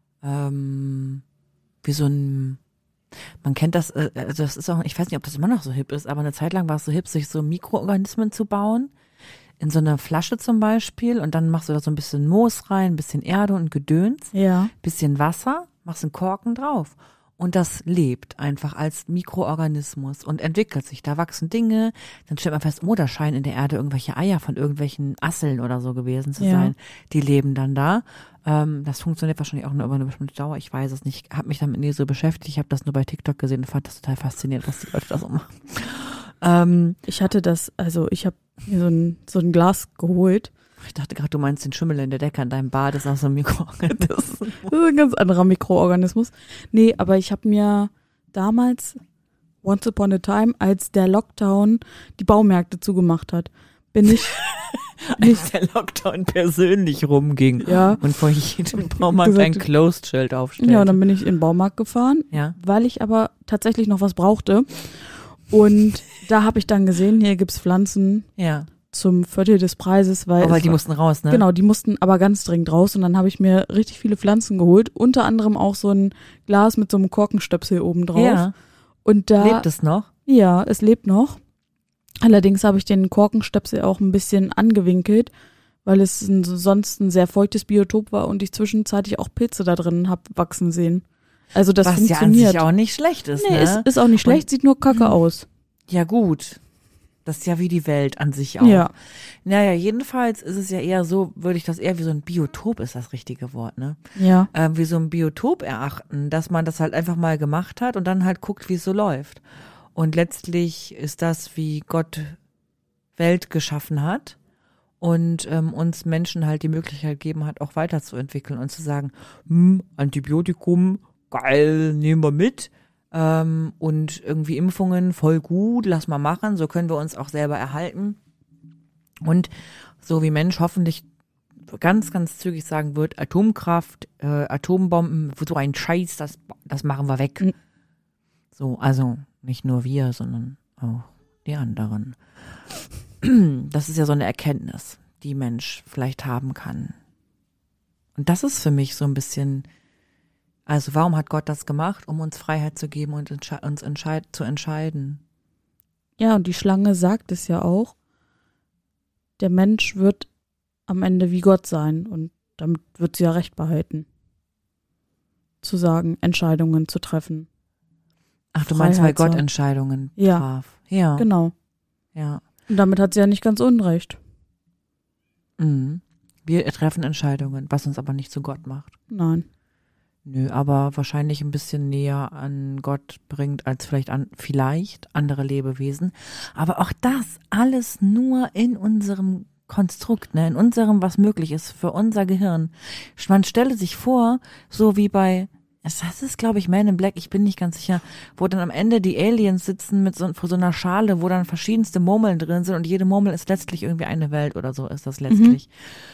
man kennt das, also das ist auch, ich weiß nicht, ob das immer noch so hip ist, aber eine Zeit lang war es so hip, sich so Mikroorganismen zu bauen, in so eine Flasche zum Beispiel, und dann machst du da so ein bisschen Moos rein, ein bisschen Erde und Gedöns, bisschen Wasser, machst einen Korken drauf. Und das lebt einfach als Mikroorganismus und entwickelt sich. Da wachsen Dinge, dann stellt man fest, oh, da scheinen in der Erde irgendwelche Eier von irgendwelchen Asseln oder so gewesen zu sein. Die leben dann da. Das funktioniert wahrscheinlich auch nur über eine bestimmte Dauer. Ich weiß es nicht. Ich habe mich damit nie so beschäftigt. Ich habe das nur bei TikTok gesehen und fand das total faszinierend, dass die Leute das so machen. Ich hatte das, also ich habe mir so ein Glas geholt. Ich dachte gerade, du meinst den Schimmel in der Decke an deinem Bad, das ist auch so ein Mikroorganismus. Das ist ein ganz anderer Mikroorganismus. Nee, aber ich habe mir damals, once upon a time, als der Lockdown die Baumärkte zugemacht hat, bin ich als der Lockdown persönlich rumging und vor jedem Baumarkt ein Closed-Schild aufstellt. Ja, und dann bin ich in den Baumarkt gefahren, weil ich aber tatsächlich noch was brauchte. Und da habe ich dann gesehen, hier gibt's Pflanzen. Zum Viertel des Preises, weil die mussten raus, ne? Genau, die mussten aber ganz dringend raus, und dann habe ich mir richtig viele Pflanzen geholt, unter anderem auch so ein Glas mit so einem Korkenstöpsel oben drauf. Ja. Und da lebt es noch? Ja, es lebt noch. Allerdings habe ich den Korkenstöpsel auch ein bisschen angewinkelt, weil es sonst ein sehr feuchtes Biotop war und ich zwischenzeitlich auch Pilze da drin habe wachsen sehen. Also das funktioniert. Was ja an sich auch nicht schlecht ist, nee, ne? Es ist auch nicht schlecht, sieht nur kacke aus. Ja, gut. Das ist ja wie die Welt an sich auch. Ja. Naja, jedenfalls ist es ja eher so, würde ich das eher wie so ein Biotop, ist das richtige Wort, ne? Ja. Wie so ein Biotop erachten, dass man das halt einfach mal gemacht hat und dann halt guckt, wie es so läuft. Und letztlich ist das, wie Gott Welt geschaffen hat und uns Menschen halt die Möglichkeit gegeben hat, auch weiterzuentwickeln und zu sagen, Antibiotikum, geil, nehmen wir mit. Und irgendwie Impfungen, voll gut, lass mal machen, so können wir uns auch selber erhalten. Und so wie Mensch hoffentlich ganz, ganz zügig sagen wird, Atomkraft, Atombomben, so ein Scheiß, das machen wir weg. So, also nicht nur wir, sondern auch die anderen. Das ist ja so eine Erkenntnis, die Mensch vielleicht haben kann. Und das ist für mich so ein bisschen, also warum hat Gott das gemacht? Um uns Freiheit zu geben und uns zu entscheiden. Ja, und die Schlange sagt es ja auch, der Mensch wird am Ende wie Gott sein und damit wird sie ja Recht behalten. Zu sagen, Entscheidungen zu treffen. Ach, du meinst, weil Gott Entscheidungen traf. Ja. Genau. Ja. Und damit hat sie ja nicht ganz Unrecht. Wir treffen Entscheidungen, was uns aber nicht zu Gott macht. Nein. Nö, aber wahrscheinlich ein bisschen näher an Gott bringt als vielleicht andere Lebewesen. Aber auch das alles nur in unserem Konstrukt, ne, in unserem, was möglich ist für unser Gehirn. Man stelle sich vor, so wie bei, das ist, glaube ich, Man in Black, ich bin nicht ganz sicher, wo dann am Ende die Aliens sitzen vor so einer Schale, wo dann verschiedenste Murmeln drin sind und jede Murmel ist letztlich irgendwie eine Welt oder so ist das letztlich.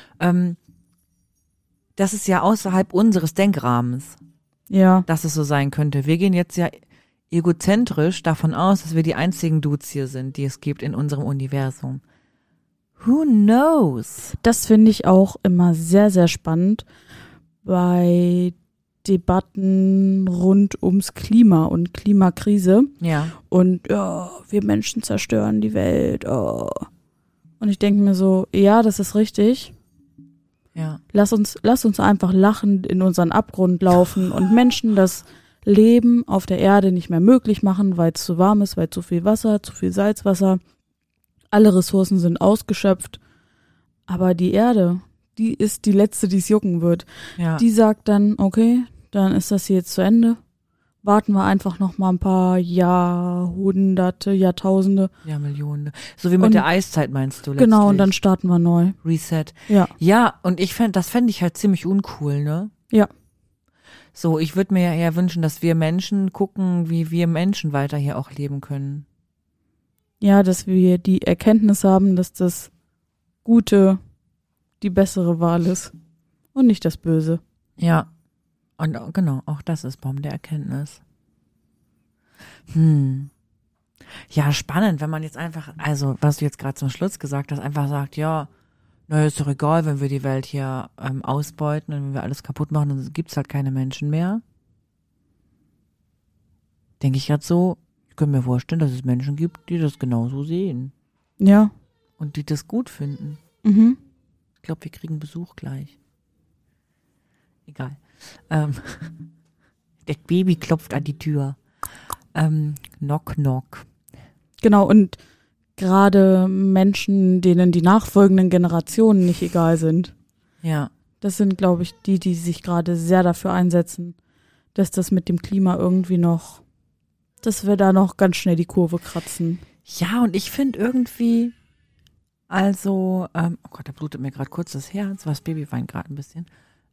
Das ist ja außerhalb unseres Denkrahmens, dass es so sein könnte. Wir gehen jetzt ja egozentrisch davon aus, dass wir die einzigen Dudes hier sind, die es gibt in unserem Universum. Who knows? Das finde ich auch immer sehr, sehr spannend bei Debatten rund ums Klima und Klimakrise. Ja. Und wir Menschen zerstören die Welt. Oh. Und ich denke mir so, ja, das ist richtig. Ja. Lass uns einfach lachend in unseren Abgrund laufen und Menschen das Leben auf der Erde nicht mehr möglich machen, weil es zu warm ist, weil zu viel Wasser, zu viel Salzwasser. Alle Ressourcen sind ausgeschöpft. Aber die Erde, die ist die letzte, die es jucken wird. Ja. Die sagt dann, okay, dann ist das hier jetzt zu Ende. warten wir einfach noch mal ein paar Jahrhunderte, Jahrtausende. Ja, Millionen. So wie mit Und- der Eiszeit meinst du letztlich. Genau, und dann starten wir neu. Reset. Ja. Ja, und das fände ich halt ziemlich uncool, ne? Ja. So, ich würde mir ja eher wünschen, dass wir Menschen gucken, wie wir Menschen weiter hier auch leben können. Ja, dass wir die Erkenntnis haben, dass das Gute die bessere Wahl ist und nicht das Böse. Ja. Und genau, auch das ist Baum der Erkenntnis. Ja, spannend, wenn man jetzt einfach, also was du jetzt gerade zum Schluss gesagt hast, einfach sagt, ja, na, ist doch egal, wenn wir die Welt hier ausbeuten und wenn wir alles kaputt machen, dann gibt's halt keine Menschen mehr. Denke ich gerade so, ich könnte mir vorstellen, dass es Menschen gibt, die das genauso sehen Ja. und die das gut finden. Mhm. Ich glaube, wir kriegen Besuch gleich. Egal. Der Baby klopft an die Tür. Knock, knock. Genau, und gerade Menschen, denen die nachfolgenden Generationen nicht egal sind. Ja. Das sind, glaube ich, die sich gerade sehr dafür einsetzen, dass das mit dem Klima irgendwie noch, dass wir da noch ganz schnell die Kurve kratzen. Ja, und ich finde irgendwie, also, oh Gott, da blutet mir gerade kurz das Herz, was Baby weint gerade ein bisschen.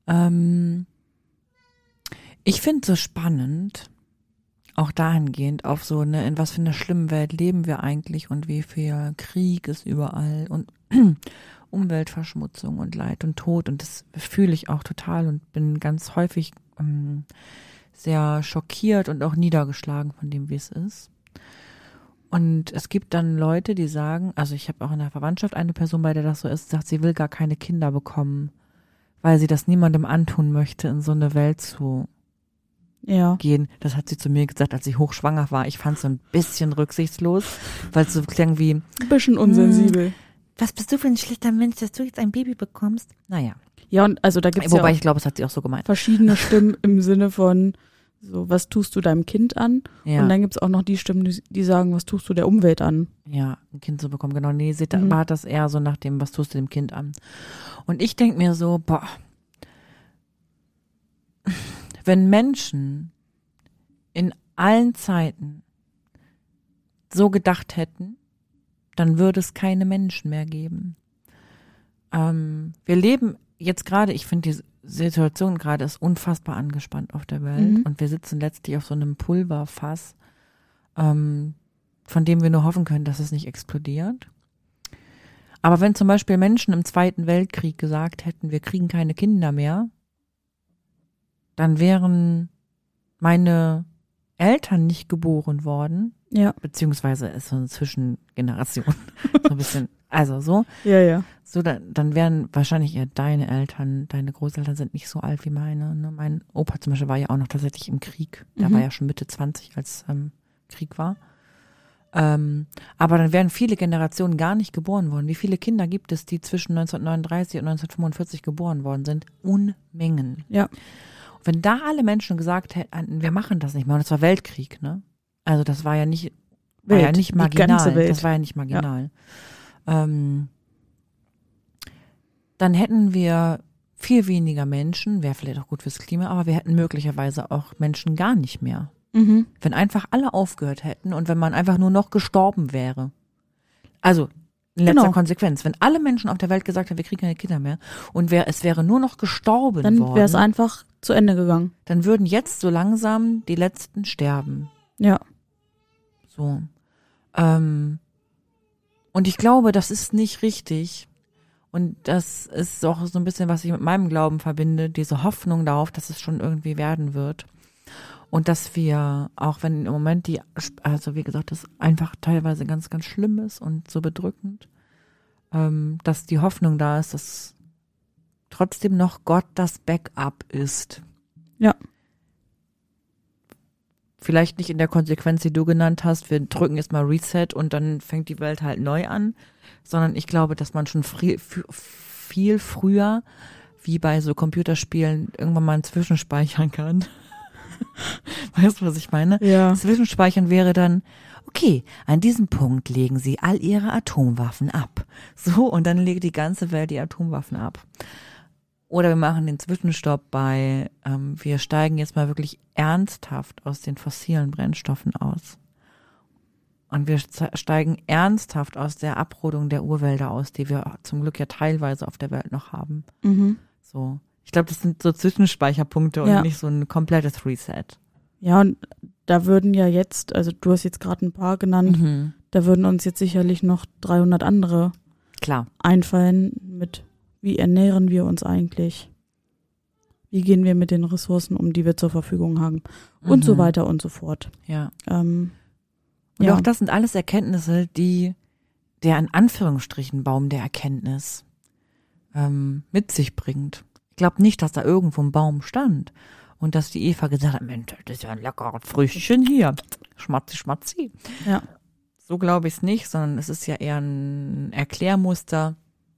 Ich finde so spannend, auch dahingehend auf so eine, in was für einer schlimmen Welt leben wir eigentlich und wie viel Krieg ist überall und Umweltverschmutzung und Leid und Tod, und das fühle ich auch total und bin ganz häufig sehr schockiert und auch niedergeschlagen von dem, wie es ist. Und es gibt dann Leute, die sagen, also ich habe auch in der Verwandtschaft eine Person, bei der das so ist, sagt, sie will gar keine Kinder bekommen, weil sie das niemandem antun möchte, in so eine Welt zu gehen. Das hat sie zu mir gesagt, als sie hochschwanger war. Ich fand es so ein bisschen rücksichtslos, weil es so klang wie Ein bisschen unsensibel. was bist du für ein schlechter Mensch, dass du jetzt ein Baby bekommst? Naja. Ja, und also da gibt es Wobei ja ich glaube, es hat sie auch so gemeint. verschiedene Stimmen im Sinne von, so, was tust du deinem Kind an? Ja. Und dann gibt es auch noch die Stimmen, die sagen, was tust du der Umwelt an? Ja, ein Kind zu bekommen, genau. Nee, sie war das eher so nach dem, was tust du dem Kind an? Und ich denke mir so, boah, wenn Menschen in allen Zeiten so gedacht hätten, dann würde es keine Menschen mehr geben. Wir leben jetzt gerade, ich finde die Situation gerade ist unfassbar angespannt auf der Welt und wir sitzen letztlich auf so einem Pulverfass, von dem wir nur hoffen können, dass es nicht explodiert. Aber wenn zum Beispiel Menschen im Zweiten Weltkrieg gesagt hätten, wir kriegen keine Kinder mehr, dann wären meine Eltern nicht geboren worden, Ja. beziehungsweise ist so eine Zwischengeneration, so ein bisschen, also so. Ja. So, dann wären wahrscheinlich eher deine Eltern, deine Großeltern sind nicht so alt wie meine. Ne? Mein Opa zum Beispiel war ja auch noch tatsächlich im Krieg. Der war ja schon Mitte 20, als Krieg war. Aber dann wären viele Generationen gar nicht geboren worden. Wie viele Kinder gibt es, die zwischen 1939 und 1945 geboren worden sind? Unmengen. Ja. Wenn da alle Menschen gesagt hätten, wir machen das nicht mehr, und es war Weltkrieg, ne? Also das war ja nicht Die marginal. ganze Welt. Das war ja nicht marginal. Ja. Dann hätten wir viel weniger Menschen, wäre vielleicht auch gut fürs Klima, aber wir hätten möglicherweise auch Menschen gar nicht mehr. Wenn einfach alle aufgehört hätten und wenn man einfach nur noch gestorben wäre. Also in letzter Konsequenz, wenn alle Menschen auf der Welt gesagt haben, wir kriegen keine Kinder mehr und es wäre nur noch gestorben Dann worden, wäre es einfach zu Ende gegangen. dann würden jetzt so langsam die Letzten sterben. Ja. So. Und ich glaube, das ist nicht richtig. Und das ist auch so ein bisschen, was ich mit meinem Glauben verbinde, diese Hoffnung darauf, dass es schon irgendwie werden wird. Und dass wir, auch wenn im Moment also wie gesagt, das einfach teilweise ganz, ganz schlimm ist und so bedrückend, dass die Hoffnung da ist, dass trotzdem noch Gott das Backup ist. Ja. Vielleicht nicht in der Konsequenz, die du genannt hast, wir drücken jetzt mal Reset und dann fängt die Welt halt neu an, sondern ich glaube, dass man schon viel früher, wie bei so Computerspielen, irgendwann mal zwischenspeichern kann. Weißt du, was ich meine? Ja. Zwischenspeichern wäre dann, okay, an diesem Punkt legen sie all ihre Atomwaffen ab. So, und dann legt die ganze Welt die Atomwaffen ab. Oder wir machen den Zwischenstopp bei, wir steigen jetzt mal wirklich ernsthaft aus den fossilen Brennstoffen aus. Und wir steigen ernsthaft aus der Abrodung der Urwälder aus, die wir zum Glück ja teilweise auf der Welt noch haben. So. Ich glaube, das sind so Zwischenspeicherpunkte und nicht so ein komplettes Reset. Ja, und da würden ja jetzt, also du hast jetzt gerade ein paar genannt, da würden uns jetzt sicherlich noch 300 andere einfallen mit, wie ernähren wir uns eigentlich? Wie gehen wir mit den Ressourcen um, die wir zur Verfügung haben? Und so weiter und so fort. Ja. Und auch das sind alles Erkenntnisse, der in Anführungsstrichen Baum der Erkenntnis mit sich bringt. Ich glaube nicht, dass da irgendwo ein Baum stand und dass die Eva gesagt hat, Mensch, das ist ja ein leckeres Früchtchen hier. Schmatzi, schmatzi. Ja. So glaube ich es nicht, sondern es ist ja eher ein Erklärmuster,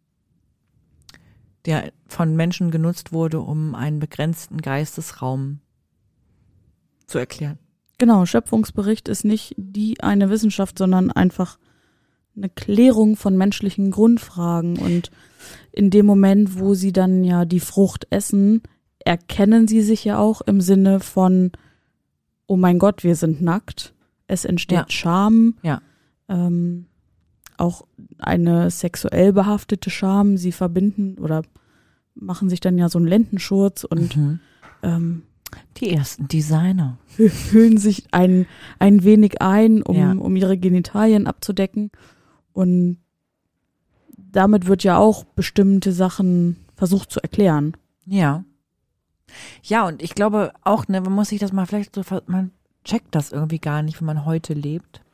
der von Menschen genutzt wurde, um einen begrenzten Geistesraum zu erklären. Genau, Schöpfungsbericht ist nicht eine Wissenschaft, sondern einfach eine Klärung von menschlichen Grundfragen. Und in dem Moment, wo sie dann ja die Frucht essen, erkennen sie sich ja auch im Sinne von, oh mein Gott, wir sind nackt. Es entsteht Scham. Ja. Auch eine sexuell behaftete Scham. Sie verbinden oder machen sich dann ja so einen Lendenschurz und die ersten Designer hüllen sich ein wenig ein, um ihre Genitalien abzudecken. Und damit wird ja auch bestimmte Sachen versucht zu erklären. Ja. Ja, und ich glaube auch, man muss sich das mal vielleicht so, man checkt das irgendwie gar nicht, wenn man heute lebt.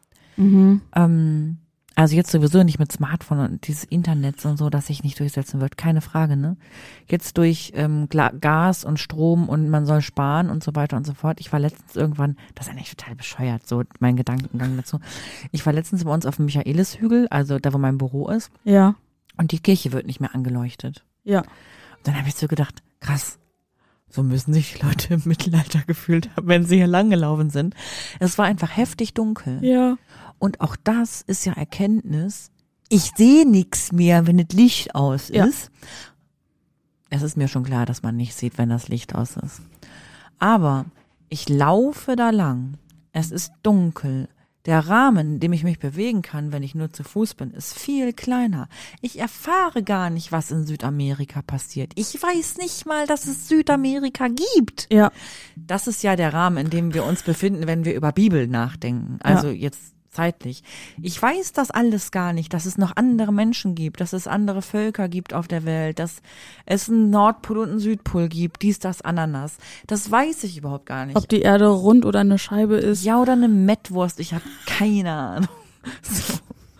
Also jetzt sowieso nicht mit Smartphone und dieses Internet und so, das sich nicht durchsetzen wird, keine Frage, ne? Jetzt durch Gas und Strom und man soll sparen und so weiter und so fort. Ich war letztens irgendwann, das ist eigentlich total bescheuert, so mein Gedankengang dazu. Ich war letztens bei uns auf dem Michaelishügel, also da, wo mein Büro ist. Ja. Und die Kirche wird nicht mehr angeleuchtet. Ja. Und dann habe ich so gedacht, krass, so müssen sich die Leute im Mittelalter gefühlt haben, wenn sie hier langgelaufen sind. Es war einfach heftig dunkel. Ja. Und auch das ist ja Erkenntnis. Ich sehe nichts mehr, wenn das Licht aus ist. Ja. Es ist mir schon klar, dass man nicht sieht, wenn das Licht aus ist. Aber ich laufe da lang. Es ist dunkel. Der Rahmen, in dem ich mich bewegen kann, wenn ich nur zu Fuß bin, ist viel kleiner. Ich erfahre gar nicht, was in Südamerika passiert. Ich weiß nicht mal, dass es Südamerika gibt. Ja. Das ist ja der Rahmen, in dem wir uns befinden, wenn wir über Bibel nachdenken. Also jetzt zeitlich. Ich weiß das alles gar nicht, dass es noch andere Menschen gibt, dass es andere Völker gibt auf der Welt, dass es einen Nordpol und einen Südpol gibt, dies, das, Ananas. Das weiß ich überhaupt gar nicht. Ob die Erde rund oder eine Scheibe ist. Ja, oder eine Mettwurst, ich habe keine Ahnung. So.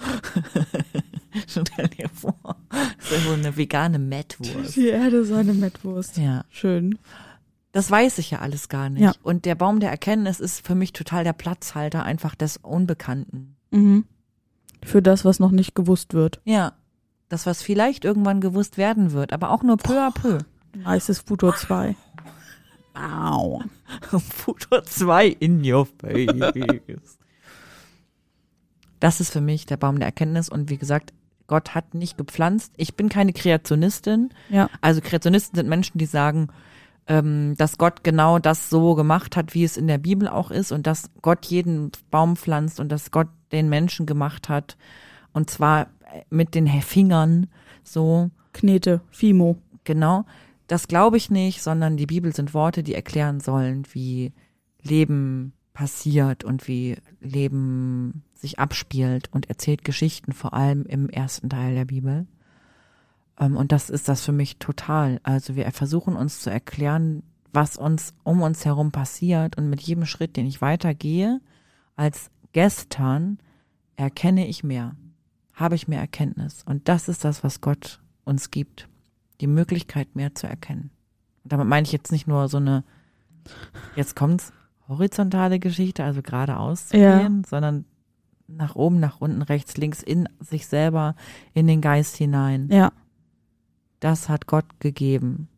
Stell dir vor, das ist so eine vegane Mettwurst. Die Erde ist eine Mettwurst. Ja. Schön. Das weiß ich ja alles gar nicht. Ja. Und der Baum der Erkenntnis ist für mich total der Platzhalter einfach des Unbekannten. Für das, was noch nicht gewusst wird. Ja, das, was vielleicht irgendwann gewusst werden wird, aber auch nur peu à peu. Nices Futur 2. Au. Futur 2 in your face. Das ist für mich der Baum der Erkenntnis und wie gesagt, Gott hat nicht gepflanzt. Ich bin keine Kreationistin. Ja. Also Kreationisten sind Menschen, die sagen, dass Gott genau das so gemacht hat, wie es in der Bibel auch ist und dass Gott jeden Baum pflanzt und dass Gott den Menschen gemacht hat und zwar mit den Fingern so. Knete, Fimo. Genau, das glaube ich nicht, sondern die Bibel sind Worte, die erklären sollen, wie Leben passiert und wie Leben sich abspielt und erzählt Geschichten, vor allem im ersten Teil der Bibel. Und das ist das für mich total. Also wir versuchen uns zu erklären, was uns um uns herum passiert und mit jedem Schritt, den ich weitergehe, als gestern erkenne ich mehr, habe ich mehr Erkenntnis. Und das ist das, was Gott uns gibt, die Möglichkeit, mehr zu erkennen. Und damit meine ich jetzt nicht nur so eine, jetzt kommt's, horizontale Geschichte, also geradeaus zu gehen, sondern nach oben, nach unten, rechts, links, in sich selber, in den Geist hinein. Ja. Das hat Gott gegeben.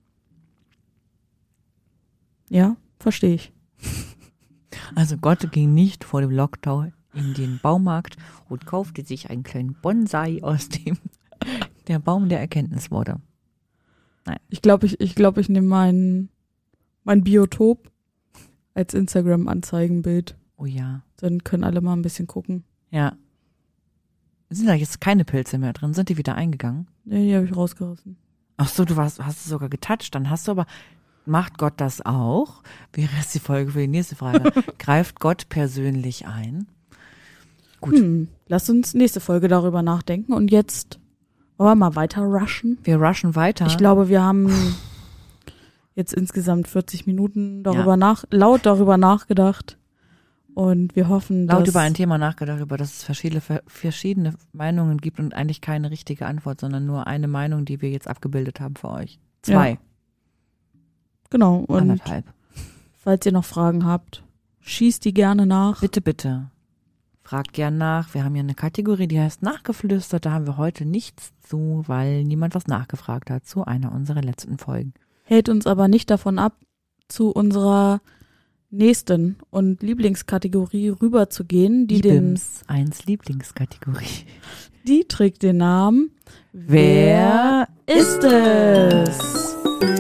Ja, verstehe ich. Also Gott ging nicht vor dem Lockdown in den Baumarkt und kaufte sich einen kleinen Bonsai, aus dem der Baum der Erkenntnis wurde. Nein. Ich glaube, ich nehme mein Biotop als Instagram-Anzeigenbild. Oh ja. Dann können alle mal ein bisschen gucken. Ja. Sind da jetzt keine Pilze mehr drin? Sind die wieder eingegangen? Nee, die habe ich rausgerissen. Ach so, hast es sogar getoucht. Dann hast du aber, macht Gott das auch? Wäre jetzt die Folge für die nächste Frage. Greift Gott persönlich ein? Gut. Lass uns nächste Folge darüber nachdenken. Und jetzt wollen wir mal weiter rushen. Wir rushen weiter. Ich glaube, wir haben jetzt insgesamt 40 Minuten laut darüber nachgedacht. Und wir hoffen, laut dass über ein Thema nachgedacht, über das es verschiedene Meinungen gibt und eigentlich keine richtige Antwort, sondern nur eine Meinung, die wir jetzt abgebildet haben für euch. 2. Ja. Genau. Und 1,5. falls ihr noch Fragen habt, schießt die gerne nach. Bitte, bitte. Fragt gern nach. Wir haben hier eine Kategorie, die heißt Nachgeflüstert. Da haben wir heute nichts zu, weil niemand was nachgefragt hat zu einer unserer letzten Folgen. Hält uns aber nicht davon ab, zu unserer nächsten und Lieblingskategorie rüberzugehen, die Lieblingskategorie. Die trägt den Namen Wer ist es?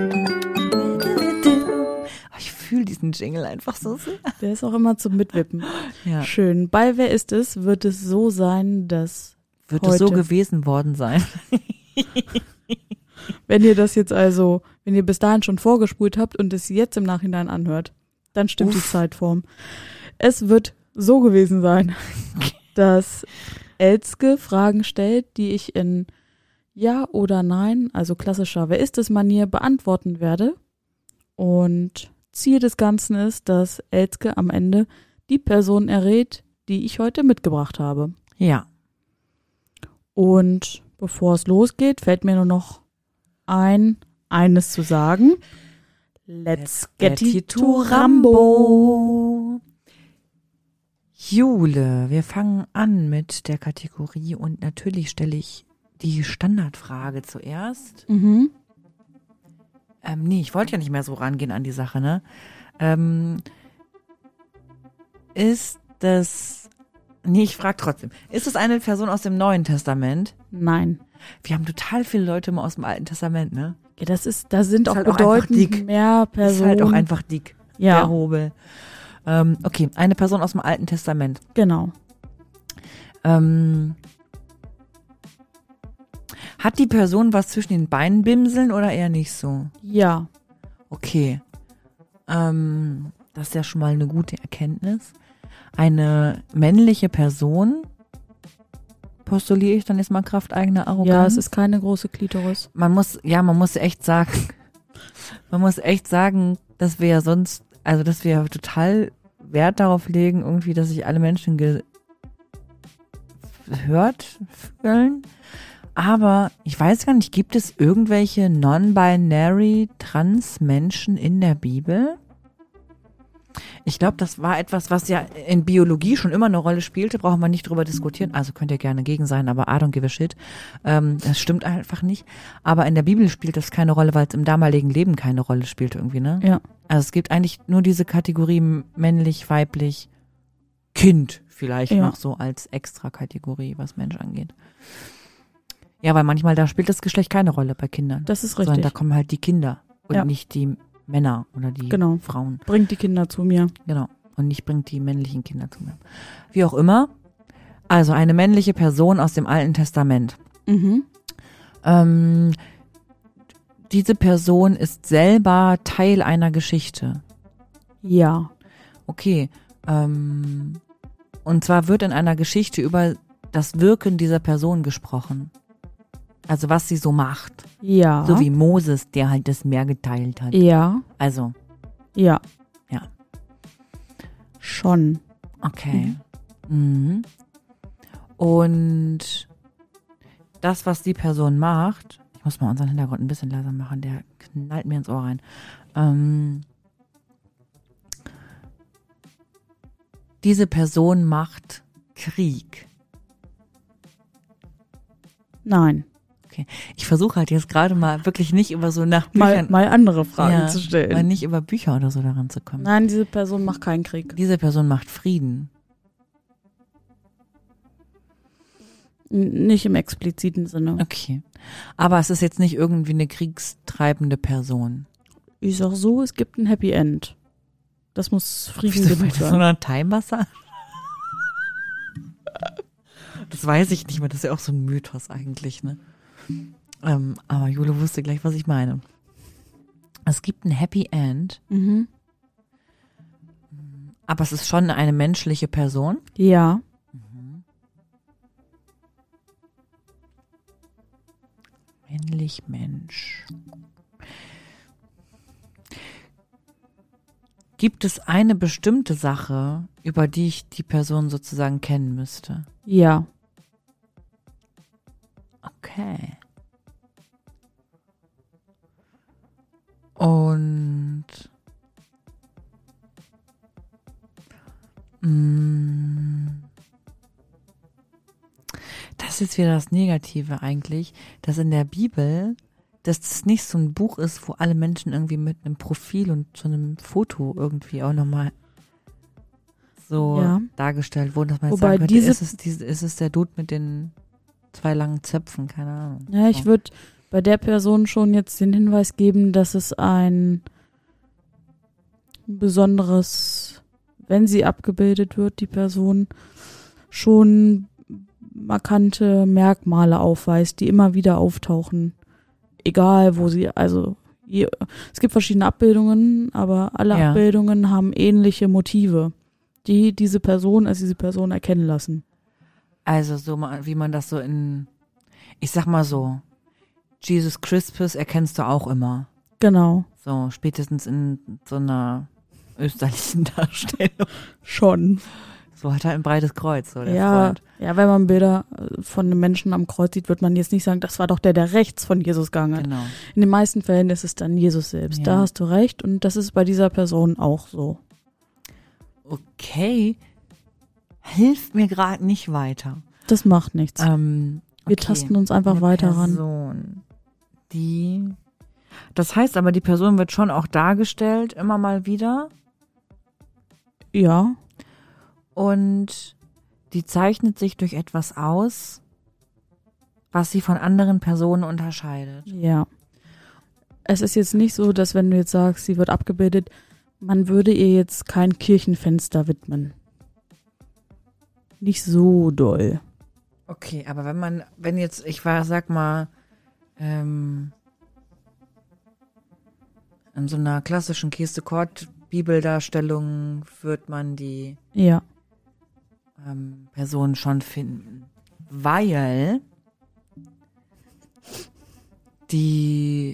Ich fühle diesen Jingle einfach so sehr. Der ist auch immer zum Mitwippen. Ja. Schön. Bei Wer ist es wird es so sein, dass Wird heute, es so gewesen worden sein? wenn ihr bis dahin schon vorgespult habt und es jetzt im Nachhinein anhört, dann stimmt die Zeitform. Es wird so gewesen sein, dass Elske Fragen stellt, die ich in Ja oder Nein, also klassischer Wer ist es Manier, beantworten werde. Und Ziel des Ganzen ist, dass Elske am Ende die Person errät, die ich heute mitgebracht habe. Ja. Und bevor es losgeht, fällt mir nur noch eines zu sagen. Let's get it to Rambo. Jule, wir fangen an mit der Kategorie und natürlich stelle ich die Standardfrage zuerst. Mhm. Ich wollte ja nicht mehr so rangehen an die Sache, ne? Ich frage trotzdem. Ist es eine Person aus dem Neuen Testament? Nein. Wir haben total viele Leute immer aus dem Alten Testament, ne? Ja, da sind auch halt auch bedeutend mehr Personen. Ist halt auch einfach dick, ja. Der Hobel. Okay, eine Person aus dem Alten Testament. Genau. Hat die Person was zwischen den Beinen bimseln oder eher nicht so? Ja. Okay. Das ist ja schon mal eine gute Erkenntnis. Eine männliche Person, postuliere ich dann jetzt mal Kraft eigener Arroganz. Ja, es ist keine große Klitoris. Man muss echt sagen, dass wir ja sonst, also dass wir total Wert darauf legen, irgendwie, dass sich alle Menschen gehört fühlen. Aber ich weiß gar nicht, gibt es irgendwelche non-binary Trans-Menschen in der Bibel? Ich glaube, das war etwas, was ja in Biologie schon immer eine Rolle spielte, brauchen wir nicht drüber diskutieren. Also könnt ihr gerne gegen sein, aber I don't give a shit. Das stimmt einfach nicht. Aber in der Bibel spielt das keine Rolle, weil es im damaligen Leben keine Rolle spielt irgendwie, ne? Ja. Also es gibt eigentlich nur diese Kategorie männlich, weiblich, Kind vielleicht noch so als Extra-Kategorie, was Mensch angeht. Ja, weil manchmal da spielt das Geschlecht keine Rolle bei Kindern. Das ist richtig. Sondern da kommen halt die Kinder und nicht die Männer oder die Frauen. Bringt die Kinder zu mir. Genau. Und nicht bringt die männlichen Kinder zu mir. Wie auch immer. Also eine männliche Person aus dem Alten Testament. Mhm. Diese Person ist selber Teil einer Geschichte. Ja. Okay. Und zwar wird in einer Geschichte über das Wirken dieser Person gesprochen. Also was sie so macht. Ja. So wie Moses, der halt das Meer geteilt hat. Ja. Also. Ja. Ja. Schon. Okay. Mhm. Und das, was die Person macht, ich muss mal unseren Hintergrund ein bisschen leiser machen, der knallt mir ins Ohr rein. Diese Person macht Krieg. Nein. Okay. Ich versuche halt jetzt gerade mal wirklich nicht über so nach Büchern. Mal andere Fragen zu stellen. Mal nicht über Bücher oder so daran zu kommen. Nein, diese Person macht keinen Krieg. Diese Person macht Frieden. Nicht im expliziten Sinne. Okay. Aber es ist jetzt nicht irgendwie eine kriegstreibende Person. Ich sag so, es gibt ein Happy End. Das muss Frieden Wieso genug so sein. eine Thai-Massage? Das weiß ich nicht mehr, das ist ja auch so ein Mythos eigentlich, ne? Aber Jule wusste gleich, was ich meine. Es gibt ein Happy End, Mhm. aber es ist schon eine menschliche Person. Ja. Männlich Mensch. Gibt es eine bestimmte Sache, über die ich die Person sozusagen kennen müsste? Ja. Okay. Und das ist jetzt wieder das Negative eigentlich, dass in der Bibel, dass das nicht so ein Buch ist, wo alle Menschen irgendwie mit einem Profil und so einem Foto irgendwie auch nochmal so dargestellt wurden, dass man jetzt Wobei sagen könnte, ist es der Dude mit den 2 langen Zöpfen, keine Ahnung. Ja, ich würde bei der Person schon jetzt den Hinweis geben, dass es ein besonderes, wenn sie abgebildet wird, die Person schon markante Merkmale aufweist, die immer wieder auftauchen. Egal, wo sie, also es gibt verschiedene Abbildungen, aber alle Abbildungen haben ähnliche Motive, die diese Person als diese Person erkennen lassen. Also so wie man das so ich sag mal so, Jesus Christus erkennst du auch immer. Genau. So, spätestens in so einer österreichischen Darstellung. Schon. So hat er ein breites Kreuz, so der Freund. Ja, wenn man Bilder von einem Menschen am Kreuz sieht, wird man jetzt nicht sagen, das war doch der rechts von Jesus gegangen hat. Genau. In den meisten Fällen ist es dann Jesus selbst. Ja. Da hast du recht und das ist bei dieser Person auch so. Okay, hilft mir gerade nicht weiter. Das macht nichts. Wir Okay. tasten uns einfach Eine weiter ran. Person, das heißt aber, die Person wird schon auch dargestellt, immer mal wieder. Ja, Und die zeichnet sich durch etwas aus, was sie von anderen Personen unterscheidet. ja. Es ist jetzt nicht so, dass wenn du jetzt sagst, sie wird abgebildet, man würde ihr jetzt kein Kirchenfenster widmen. Nicht so doll. Okay, aber wenn jetzt, sag mal, in so einer klassischen Kies-de-Kort-Bibeldarstellung wird man die Ja. Person schon finden, weil die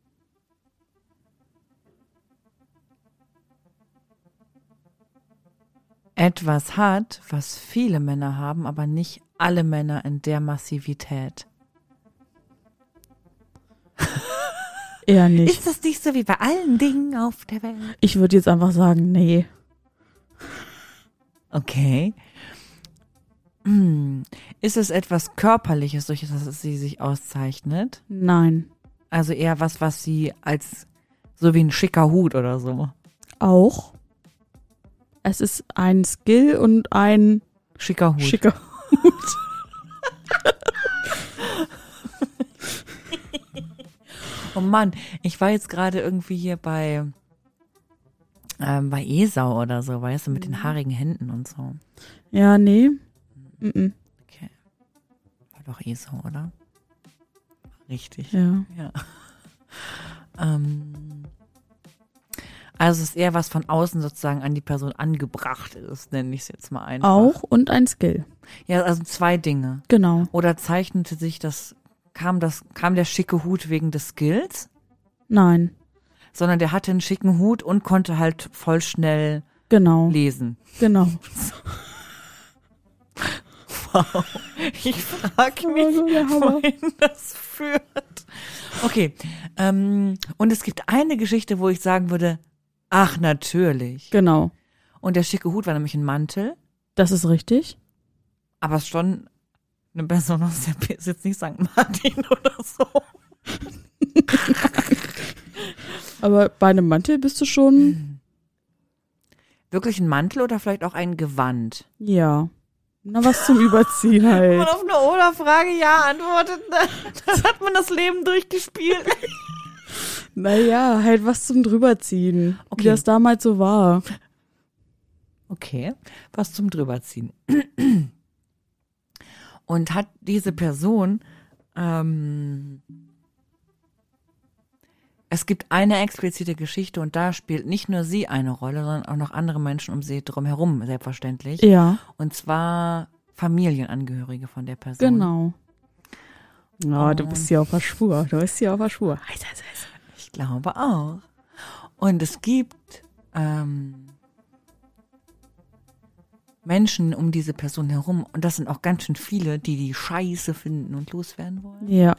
etwas hat, was viele Männer haben, aber nicht alle Männer in der Massivität. Eher nicht. Ist das nicht so wie bei allen Dingen auf der Welt? Ich würde jetzt einfach sagen, nee. Okay. Ist es etwas Körperliches, durch das sie sich auszeichnet? Nein. Also eher was sie als so wie ein schicker Hut oder so. Auch. Es ist ein Skill und ein Schicker Hut. schicker Hut. Oh Mann, ich war jetzt gerade irgendwie hier bei Esau oder so, weißt du, mit den haarigen Händen und so. Ja, nee. Mhm. Okay. War doch Esau, oder? Richtig. Ja. Ja. Also es ist eher was von außen sozusagen an die Person angebracht ist, nenne ich es jetzt mal einfach. Auch und ein Skill. Ja, also 2 Dinge. Genau. Oder zeichnete sich kam der schicke Hut wegen des Skills, Nein. sondern der hatte einen schicken Hut und konnte halt voll schnell Genau. lesen. Genau. Wow. Ich frage mich, wohin das führt. Okay. Und es gibt eine Geschichte, wo ich sagen würde, ach, natürlich. Genau. Und der schicke Hut war nämlich ein Mantel, Das ist richtig. aber schon eine Person aus der ist jetzt nicht St. Martin oder so. Aber bei einem Mantel bist du schon, Wirklich ein Mantel oder vielleicht auch ein Gewand? ja, Na, was zum Überziehen Wenn halt. man auf eine Oder-Frage ja antwortet, dann hat man das Leben durchgespielt. Naja, halt was zum Drüberziehen. Okay. Wie das damals so war. Okay, was zum Drüberziehen. Und hat diese Person, es gibt eine explizite Geschichte und da spielt nicht nur sie eine Rolle, sondern auch noch andere Menschen um sie drum herum, selbstverständlich. Ja, Und zwar Familienangehörige von der Person. genau. Ja, du bist hier auf der Spur. Heiß, heiß. Ich glaube auch. Und es gibt Menschen um diese Person herum und das sind auch ganz schön viele, die die Scheiße finden und loswerden wollen. Ja,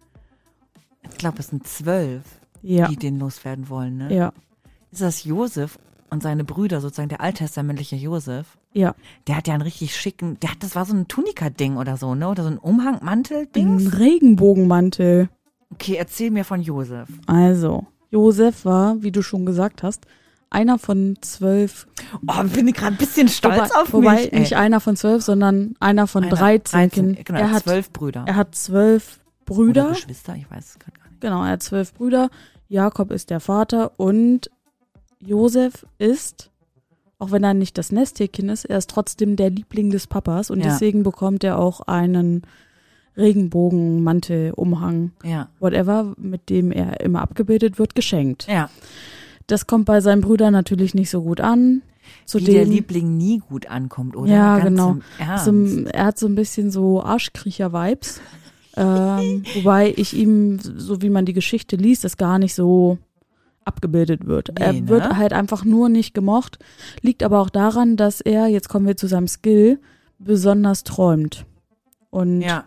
Ich glaube, es sind 12, ja, die den loswerden wollen. Ne? ja, Ist das Josef und seine Brüder, sozusagen der alttestamentliche Josef? ja. Der hat ja einen richtig schicken, das war so ein Tunika-Ding oder so, ne? Oder so ein Umhang-Mantel-Ding. Ein Regenbogenmantel. Okay, erzähl mir von Josef. Also, Josef war, wie du schon gesagt hast, einer von 12. Oh, bin ich gerade ein bisschen stolz auf wobei mich. nicht einer von 12, sondern einer von 13 Kindern. Genau, er hat 12 Brüder. Er hat 12 Oder Brüder. Geschwister, ich weiß es gerade gar nicht. Genau, er hat 12 Brüder. Jakob ist der Vater und Josef ist, auch wenn er nicht das Nesthäkchen ist, er ist trotzdem der Liebling des Papas und Ja. deswegen bekommt er auch einen Regenbogenmantel, Umhang, Ja, whatever, mit dem er immer abgebildet wird, geschenkt. ja. Das kommt bei seinen Brüdern natürlich nicht so gut an. Wie der Liebling nie gut ankommt, oder? Ja, Ganz genau. im Ernst. So, er hat so ein bisschen so Arschkriecher-Vibes. Wobei ich ihm, so wie man die Geschichte liest, das gar nicht so abgebildet wird. Nee, Er ne? wird halt einfach nur nicht gemocht. Liegt aber auch daran, dass er, jetzt kommen wir zu seinem Skill, besonders träumt. Und Ja,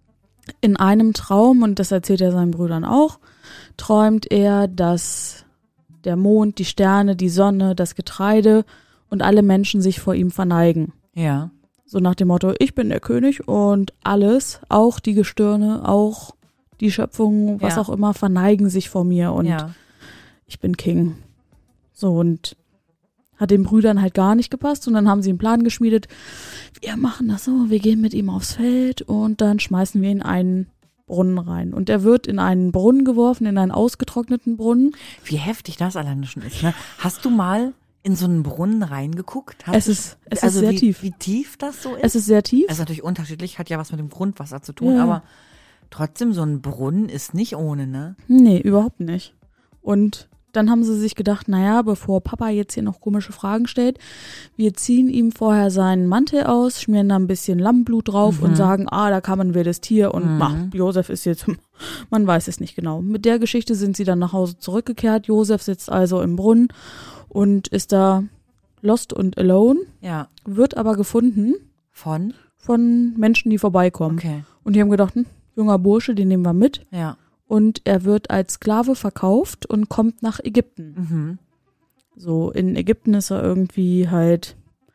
in einem Traum, und das erzählt er seinen Brüdern auch, träumt er, dass der Mond, die Sterne, die Sonne, das Getreide und alle Menschen sich vor ihm verneigen. ja, So nach dem Motto, ich bin der König und alles, auch die Gestirne, auch die Schöpfung, was Ja. auch immer, verneigen sich vor mir und ja. ich bin King. So, und hat den Brüdern halt gar nicht gepasst und dann haben sie einen Plan geschmiedet. Wir machen das so, wir gehen mit ihm aufs Feld und dann schmeißen wir ihn in einen Brunnen rein. Und er wird in einen Brunnen geworfen, in einen ausgetrockneten Brunnen. Wie heftig das alleine schon ist, ne? Hast du mal in so einen Brunnen reingeguckt? Es ist sehr tief. Wie tief das so ist? Es ist sehr tief. Es ist natürlich unterschiedlich, hat ja was mit dem Grundwasser zu tun, Ja. aber trotzdem, so ein Brunnen ist nicht ohne, ne? Nee, überhaupt nicht. Und dann haben sie sich gedacht, naja, bevor Papa jetzt hier noch komische Fragen stellt, wir ziehen ihm vorher seinen Mantel aus, schmieren da ein bisschen Lammblut drauf und sagen, da kam ein wildes Tier und Josef ist jetzt, man weiß es nicht genau. Mit der Geschichte sind sie dann nach Hause zurückgekehrt. Josef sitzt also im Brunnen und ist da lost und alone, Ja. wird aber gefunden Von? von Menschen, die vorbeikommen. Okay. Und die haben gedacht, junger Bursche, den nehmen wir mit. Ja. Und er wird als Sklave verkauft und kommt nach Ägypten. Mhm. So, in Ägypten ist er irgendwie halt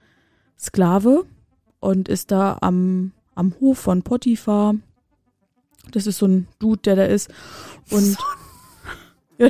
Sklave und ist da am Hof von Potiphar. Das ist so ein Dude, der da ist. Und ja,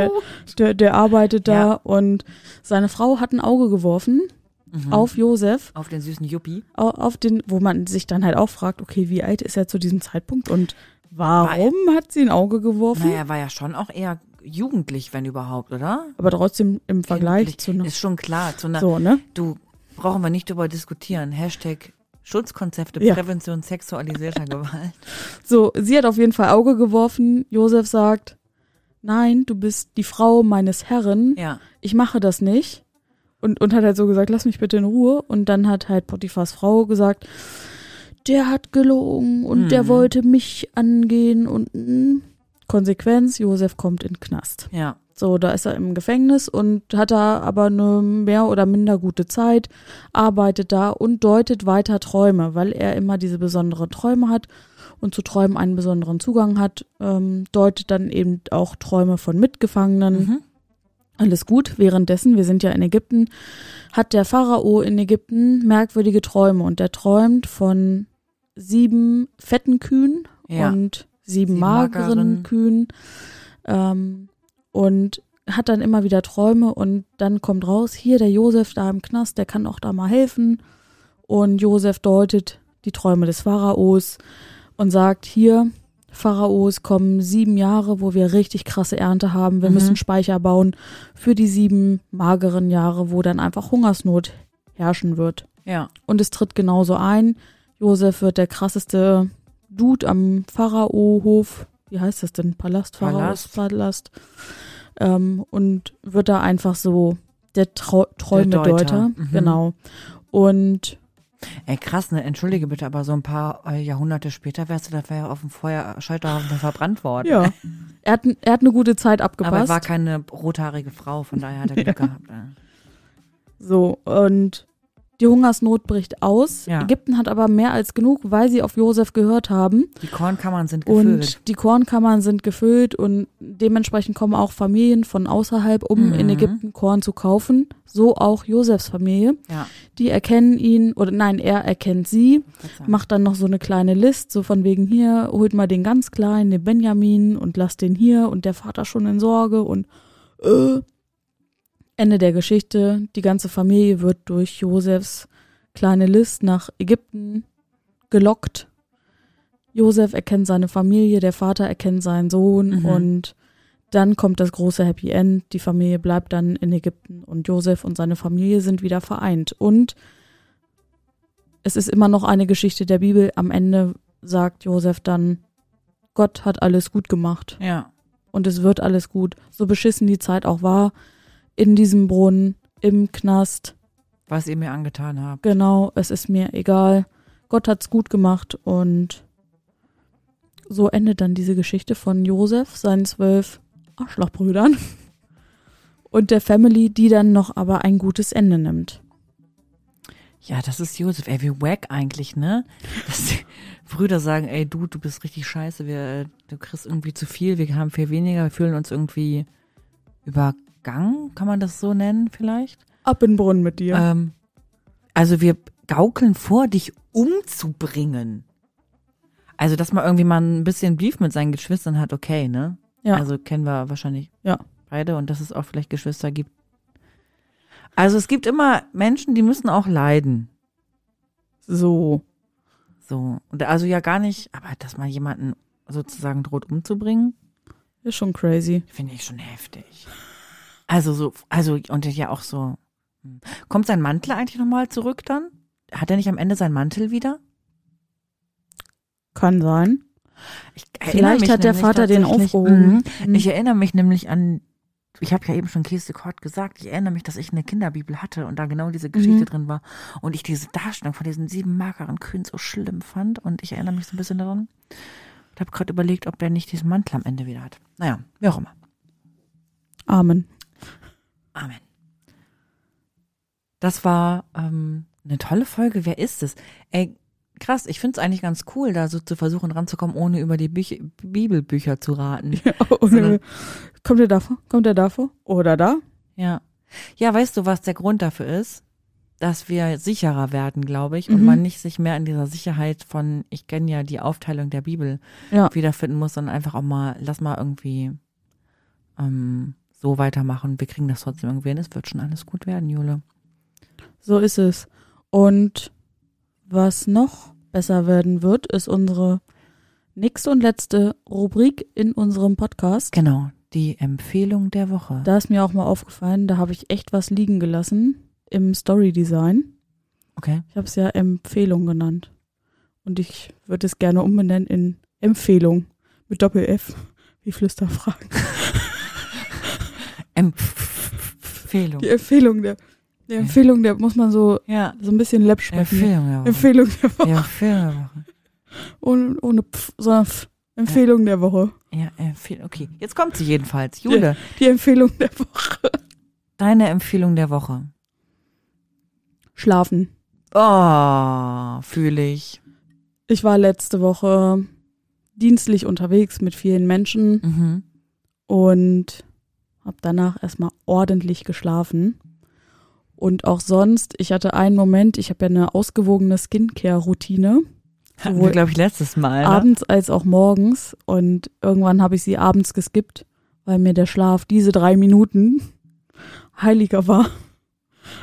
der arbeitet da Ja. und seine Frau hat ein Auge geworfen auf Josef, Auf den süßen Juppie. auf den, wo man sich dann halt auch fragt, okay, wie alt ist er zu diesem Zeitpunkt und warum hat sie ein Auge geworfen? Naja, war ja schon auch eher jugendlich, wenn überhaupt, oder? Aber trotzdem im Vergleich zu einer, Ist schon klar. Zu einer, so, ne? Du, brauchen wir nicht darüber diskutieren. Hashtag Schutzkonzepte, Ja. Prävention sexualisierter Gewalt. So, sie hat auf jeden Fall Auge geworfen. Josef sagt, nein, du bist die Frau meines Herren. Ja. Ich mache das nicht. Und hat halt so gesagt, lass mich bitte in Ruhe. Und dann hat halt Potiphars Frau gesagt, der hat gelogen und der wollte mich angehen und Konsequenz, Josef kommt in den Knast. Ja. So, da ist er im Gefängnis und hat da aber eine mehr oder minder gute Zeit, arbeitet da und deutet weiter Träume, weil er immer diese besonderen Träume hat und zu Träumen einen besonderen Zugang hat, deutet dann eben auch Träume von Mitgefangenen. Alles gut. Währenddessen, wir sind ja in Ägypten, hat der Pharao in Ägypten merkwürdige Träume und der träumt von 7 fetten Kühen Ja. und 7 mageren. mageren Kühen und hat dann immer wieder Träume und dann kommt raus, hier der Josef da im Knast, der kann auch da mal helfen und Josef deutet die Träume des Pharaos und sagt, hier, Pharao, es kommen 7 Jahre, wo wir richtig krasse Ernte haben. Wir müssen Speicher bauen für die 7 mageren Jahre, wo dann einfach Hungersnot herrschen wird. Ja. Und es tritt genauso ein. Josef wird der krasseste Dude am Pharao-Hof. Wie heißt das denn? Palast. Und wird da einfach so der Träumedeuter. Genau. Und ey, krass, ne? Entschuldige bitte, aber so ein paar Jahrhunderte später wärst du dafür auf dem Scheiterhaufen verbrannt worden. Ja. Er hat eine gute Zeit abgepasst. Aber er war keine rothaarige Frau, von daher hat er Glück gehabt. So, und die Hungersnot bricht aus. Ja. Ägypten hat aber mehr als genug, weil sie auf Josef gehört haben. Die Kornkammern sind gefüllt. Und die Kornkammern sind gefüllt und dementsprechend kommen auch Familien von außerhalb, um in Ägypten Korn zu kaufen. So auch Josefs Familie. Ja. Die erkennen ihn, oder nein, er erkennt sie, macht dann noch so eine kleine List, so von wegen hier, holt mal den ganz Kleinen, den Benjamin und lasst den hier und der Vater schon in Sorge und Ende der Geschichte. Die ganze Familie wird durch Josefs kleine List nach Ägypten gelockt. Josef erkennt seine Familie, der Vater erkennt seinen Sohn und dann kommt das große Happy End. Die Familie bleibt dann in Ägypten und Josef und seine Familie sind wieder vereint. Und es ist immer noch eine Geschichte der Bibel. Am Ende sagt Josef dann, Gott hat alles gut gemacht. Ja. Und es wird alles gut. So beschissen die Zeit auch war. In diesem Brunnen, im Knast. Was ihr mir angetan habt. Genau, es ist mir egal. Gott hat's gut gemacht und so endet dann diese Geschichte von Josef, seinen 12 Arschlochbrüdern und der Family, die dann noch aber ein gutes Ende nimmt. Ja, das ist Josef. Ey, wie wack eigentlich, ne? Dass die Brüder sagen, ey, du bist richtig scheiße, du kriegst irgendwie zu viel, wir haben viel weniger, wir fühlen uns irgendwie übergangen, kann man das so nennen vielleicht? Ab in den Brunnen mit dir. Also wir gaukeln vor, dich umzubringen. Also, dass man irgendwie mal ein bisschen Beef mit seinen Geschwistern hat, okay, ne? Ja. Also kennen wir wahrscheinlich Ja. beide und dass es auch vielleicht Geschwister gibt. Also es gibt immer Menschen, die müssen auch leiden. So. Und also ja gar nicht, aber dass man jemanden sozusagen droht umzubringen, Ist schon crazy. finde ich schon heftig. Also und ja auch so. Kommt sein Mantel eigentlich nochmal zurück dann? Hat er nicht am Ende seinen Mantel wieder? Kann sein. Vielleicht hat der Vater den aufgehoben. Ich erinnere mich nämlich an, ich habe ja eben schon Käse Kort gesagt, ich erinnere mich, dass ich eine Kinderbibel hatte und da genau diese Geschichte drin war und ich diese Darstellung von diesen 7 mageren Kühen so schlimm fand und ich erinnere mich so ein bisschen daran und habe gerade überlegt, ob der nicht diesen Mantel am Ende wieder hat. Naja, wie auch immer. Amen. Das war eine tolle Folge. Wer ist es? Ey, krass, ich finde es eigentlich ganz cool, da so zu versuchen ranzukommen, ohne über die Bibelbücher zu raten. Ja, kommt der davor? Oder da? Ja. Ja, weißt du, was der Grund dafür ist? Dass wir sicherer werden, glaube ich, und man nicht sich mehr in dieser Sicherheit von, ich kenne ja die Aufteilung der Bibel, wiederfinden muss, sondern einfach auch mal, lass mal irgendwie so weitermachen. Wir kriegen das trotzdem irgendwie hin. Es wird schon alles gut werden, Jule. So ist es. Und was noch besser werden wird, ist unsere nächste und letzte Rubrik in unserem Podcast. Genau, die Empfehlung der Woche. Da ist mir auch mal aufgefallen, da habe ich echt was liegen gelassen im Story-Design. Okay. Ich habe es ja Empfehlung genannt. Und ich würde es gerne umbenennen in Empfehlung mit Doppel-F, wie Flüsterfragen. Empfehlung. Die Empfehlung die Empfehlung der muss man so ein bisschen läpp sprechen. Empfehlung der Woche. Empfehlung der Woche. Ja, Empfehlung der Woche. Ohne Pf, sondern Pf. Empfehlung der Woche. Ja, okay. Jetzt kommt sie jedenfalls. Jule. Die Empfehlung der Woche. Deine Empfehlung der Woche. Schlafen. Oh, fühle ich. Ich war letzte Woche dienstlich unterwegs mit vielen Menschen und habe danach erstmal ordentlich geschlafen. Und auch sonst, ich hatte einen Moment, ich habe ja eine ausgewogene Skincare-Routine. Hatten wir, glaube ich, letztes Mal. Ne? Abends als auch morgens. Und irgendwann habe ich sie abends geskippt, weil mir der Schlaf diese 3 Minuten heiliger war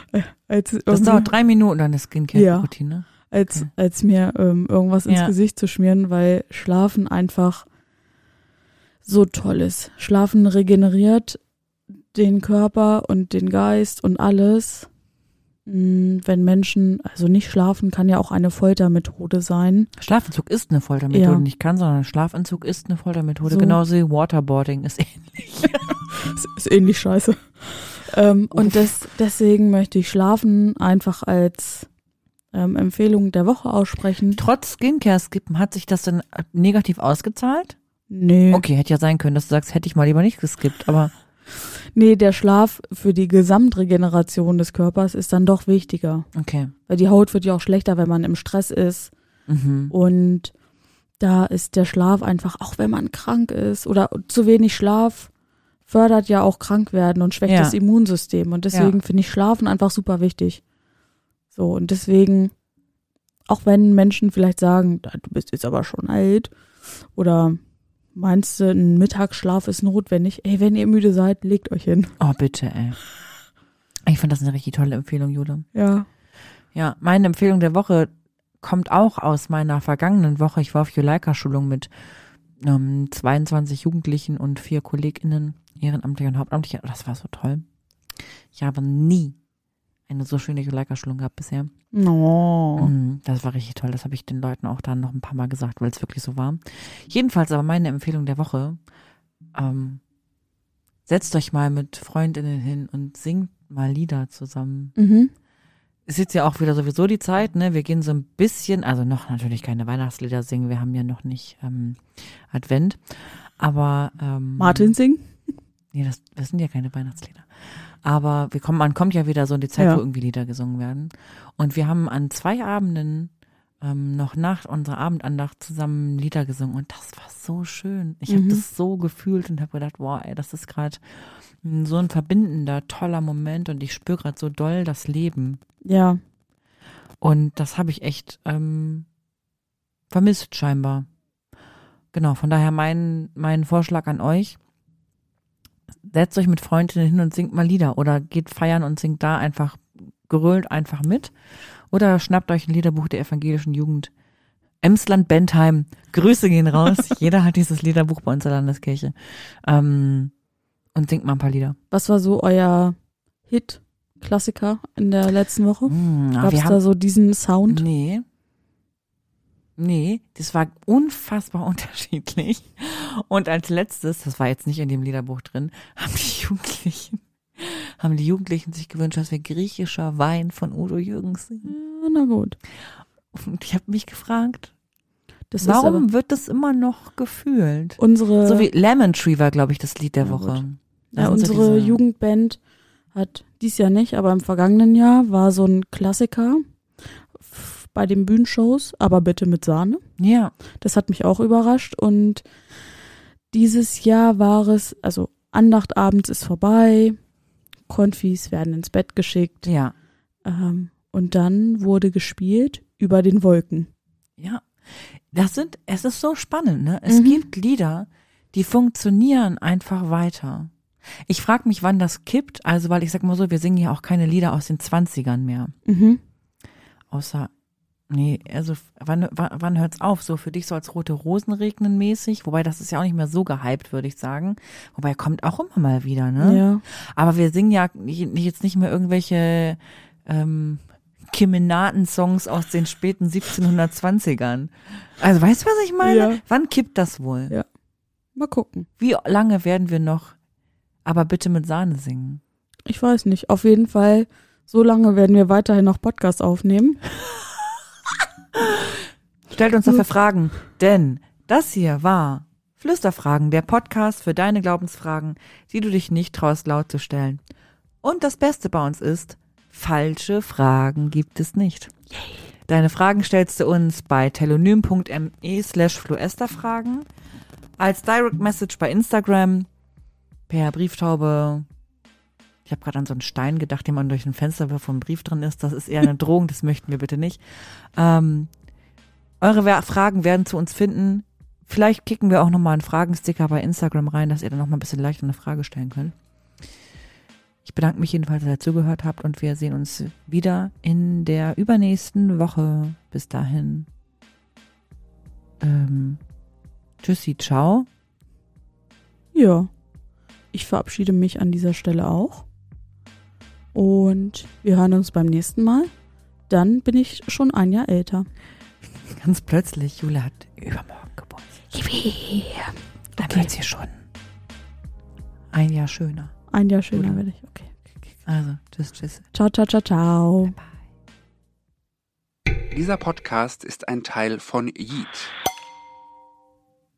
Das dauert 3 Minuten, dann ist Skincare-Routine. Als mir irgendwas ins Gesicht zu schmieren, weil Schlafen einfach so toll ist. Schlafen regeneriert den Körper und den Geist und alles. Wenn Menschen also nicht schlafen, kann ja auch eine Foltermethode sein. Schlafentzug ist eine Foltermethode, nicht kann, sondern Schlafentzug ist eine Foltermethode. So. Genauso wie Waterboarding ist ähnlich. ist ähnlich scheiße. Und deswegen möchte ich Schlafen einfach als Empfehlung der Woche aussprechen. Trotz Skincare-Skippen, hat sich das denn negativ ausgezahlt? Nee. Okay, hätte ja sein können, dass du sagst, hätte ich mal lieber nicht geskippt, aber... Nee, der Schlaf für die Gesamtregeneration des Körpers ist dann doch wichtiger. Okay. Weil die Haut wird ja auch schlechter, wenn man im Stress ist. Und da ist der Schlaf einfach, auch wenn man krank ist oder zu wenig Schlaf, fördert ja auch krank werden und schwächt das Immunsystem. Und deswegen finde ich Schlafen einfach super wichtig. So, und deswegen, auch wenn Menschen vielleicht sagen, du bist jetzt aber schon alt oder meinst du, ein Mittagsschlaf ist notwendig? Ey, wenn ihr müde seid, legt euch hin. Oh, bitte, ey. Ich finde das eine richtig tolle Empfehlung, Jude. Ja. Ja, meine Empfehlung der Woche kommt auch aus meiner vergangenen Woche. Ich war auf Juleika-Schulung mit 22 Jugendlichen und 4 KollegInnen, Ehrenamtliche und Hauptamtliche. Das war so toll. Ich habe nie eine so schöne Juleika-Schulung gehabt bisher. Oh. Das war richtig toll. Das habe ich den Leuten auch dann noch ein paar Mal gesagt, weil es wirklich so war. Jedenfalls aber meine Empfehlung der Woche, setzt euch mal mit Freundinnen hin und singt mal Lieder zusammen. Ist jetzt ja auch wieder sowieso die Zeit, ne? Wir gehen so ein bisschen, also noch natürlich keine Weihnachtslieder singen, wir haben ja noch nicht Advent, aber Martin singen? Nee, das sind ja keine Weihnachtslieder. Aber man kommt ja wieder so in die Zeit, wo irgendwie Lieder gesungen werden. Und wir haben an 2 Abenden noch nach unserer Abendandacht zusammen Lieder gesungen. Und das war so schön. Ich habe das so gefühlt und habe gedacht, wow, ey, das ist gerade so ein verbindender, toller Moment. Und ich spüre gerade so doll das Leben. Ja. Und das habe ich echt vermisst scheinbar. Genau, von daher mein Vorschlag an euch. Setzt euch mit Freundinnen hin und singt mal Lieder oder geht feiern und singt da einfach, gerölt einfach mit. Oder schnappt euch ein Liederbuch der evangelischen Jugend. Emsland-Bentheim, Grüße gehen raus. Jeder hat dieses Liederbuch bei uns in der Landeskirche. Und singt mal ein paar Lieder. Was war so euer Hit-Klassiker in der letzten Woche? Gab es da so diesen Sound? Nee, das war unfassbar unterschiedlich. Und als letztes, das war jetzt nicht in dem Liederbuch drin, haben die Jugendlichen sich gewünscht, dass wir griechischer Wein von Udo Jürgens singen. Ja, na gut. Und ich habe mich gefragt, warum wird das immer noch gefühlt? So wie Lemon Tree war, glaube ich, das Lied der Woche. Ja, unsere Jugendband hat dies Jahr nicht, aber im vergangenen Jahr war so ein Klassiker bei den Bühnenshows, aber bitte mit Sahne. Ja. Das hat mich auch überrascht und dieses Jahr war es, also Andacht abends ist vorbei, Konfis werden ins Bett geschickt. Ja. Und dann wurde gespielt über den Wolken. Ja. Es ist so spannend, ne? Es gibt Lieder, die funktionieren einfach weiter. Ich frage mich, wann das kippt, also weil ich sag mal so, wir singen ja auch keine Lieder aus den 20ern mehr. Außer wann hört's auf? So für dich so als Rote Rosen regnen mäßig, wobei das ist ja auch nicht mehr so gehypt, würde ich sagen. Wobei kommt auch immer mal wieder, ne? Ja. Aber wir singen ja jetzt nicht mehr irgendwelche Kemenaten-Songs aus den späten 1720ern. Also weißt du, was ich meine? Ja. Wann kippt das wohl? Ja. Mal gucken. Wie lange werden wir noch aber bitte mit Sahne singen? Ich weiß nicht. Auf jeden Fall, so lange werden wir weiterhin noch Podcast aufnehmen. Stellt uns dafür Fragen, denn das hier war Flüsterfragen, der Podcast für deine Glaubensfragen, die du dich nicht traust laut zu stellen. Und das Beste bei uns ist, falsche Fragen gibt es nicht. Yay. Deine Fragen stellst du uns bei telonym.me/fluesterfragen, als Direct Message bei Instagram, per Brieftaube. Ich habe gerade an so einen Stein gedacht, den man durch ein Fenster wirft, wo ein Brief drin ist. Das ist eher eine Drohung, das möchten wir bitte nicht. Eure Fragen werden zu uns finden. Vielleicht kicken wir auch nochmal einen Fragensticker bei Instagram rein, dass ihr dann nochmal ein bisschen leichter eine Frage stellen könnt. Ich bedanke mich jedenfalls, dass ihr zugehört habt und wir sehen uns wieder in der übernächsten Woche. Bis dahin. Tschüssi, ciao. Ja, ich verabschiede mich an dieser Stelle auch. Und wir hören uns beim nächsten Mal. Dann bin ich schon ein Jahr älter. Ganz plötzlich, Jule hat übermorgen Geburtstag. Dann wird sie schon ein Jahr schöner. Ein Jahr schöner Jule. werde ich, okay. Also, tschüss. Ciao, ciao, ciao, ciao. Bye. Dieser Podcast ist ein Teil von Yeet.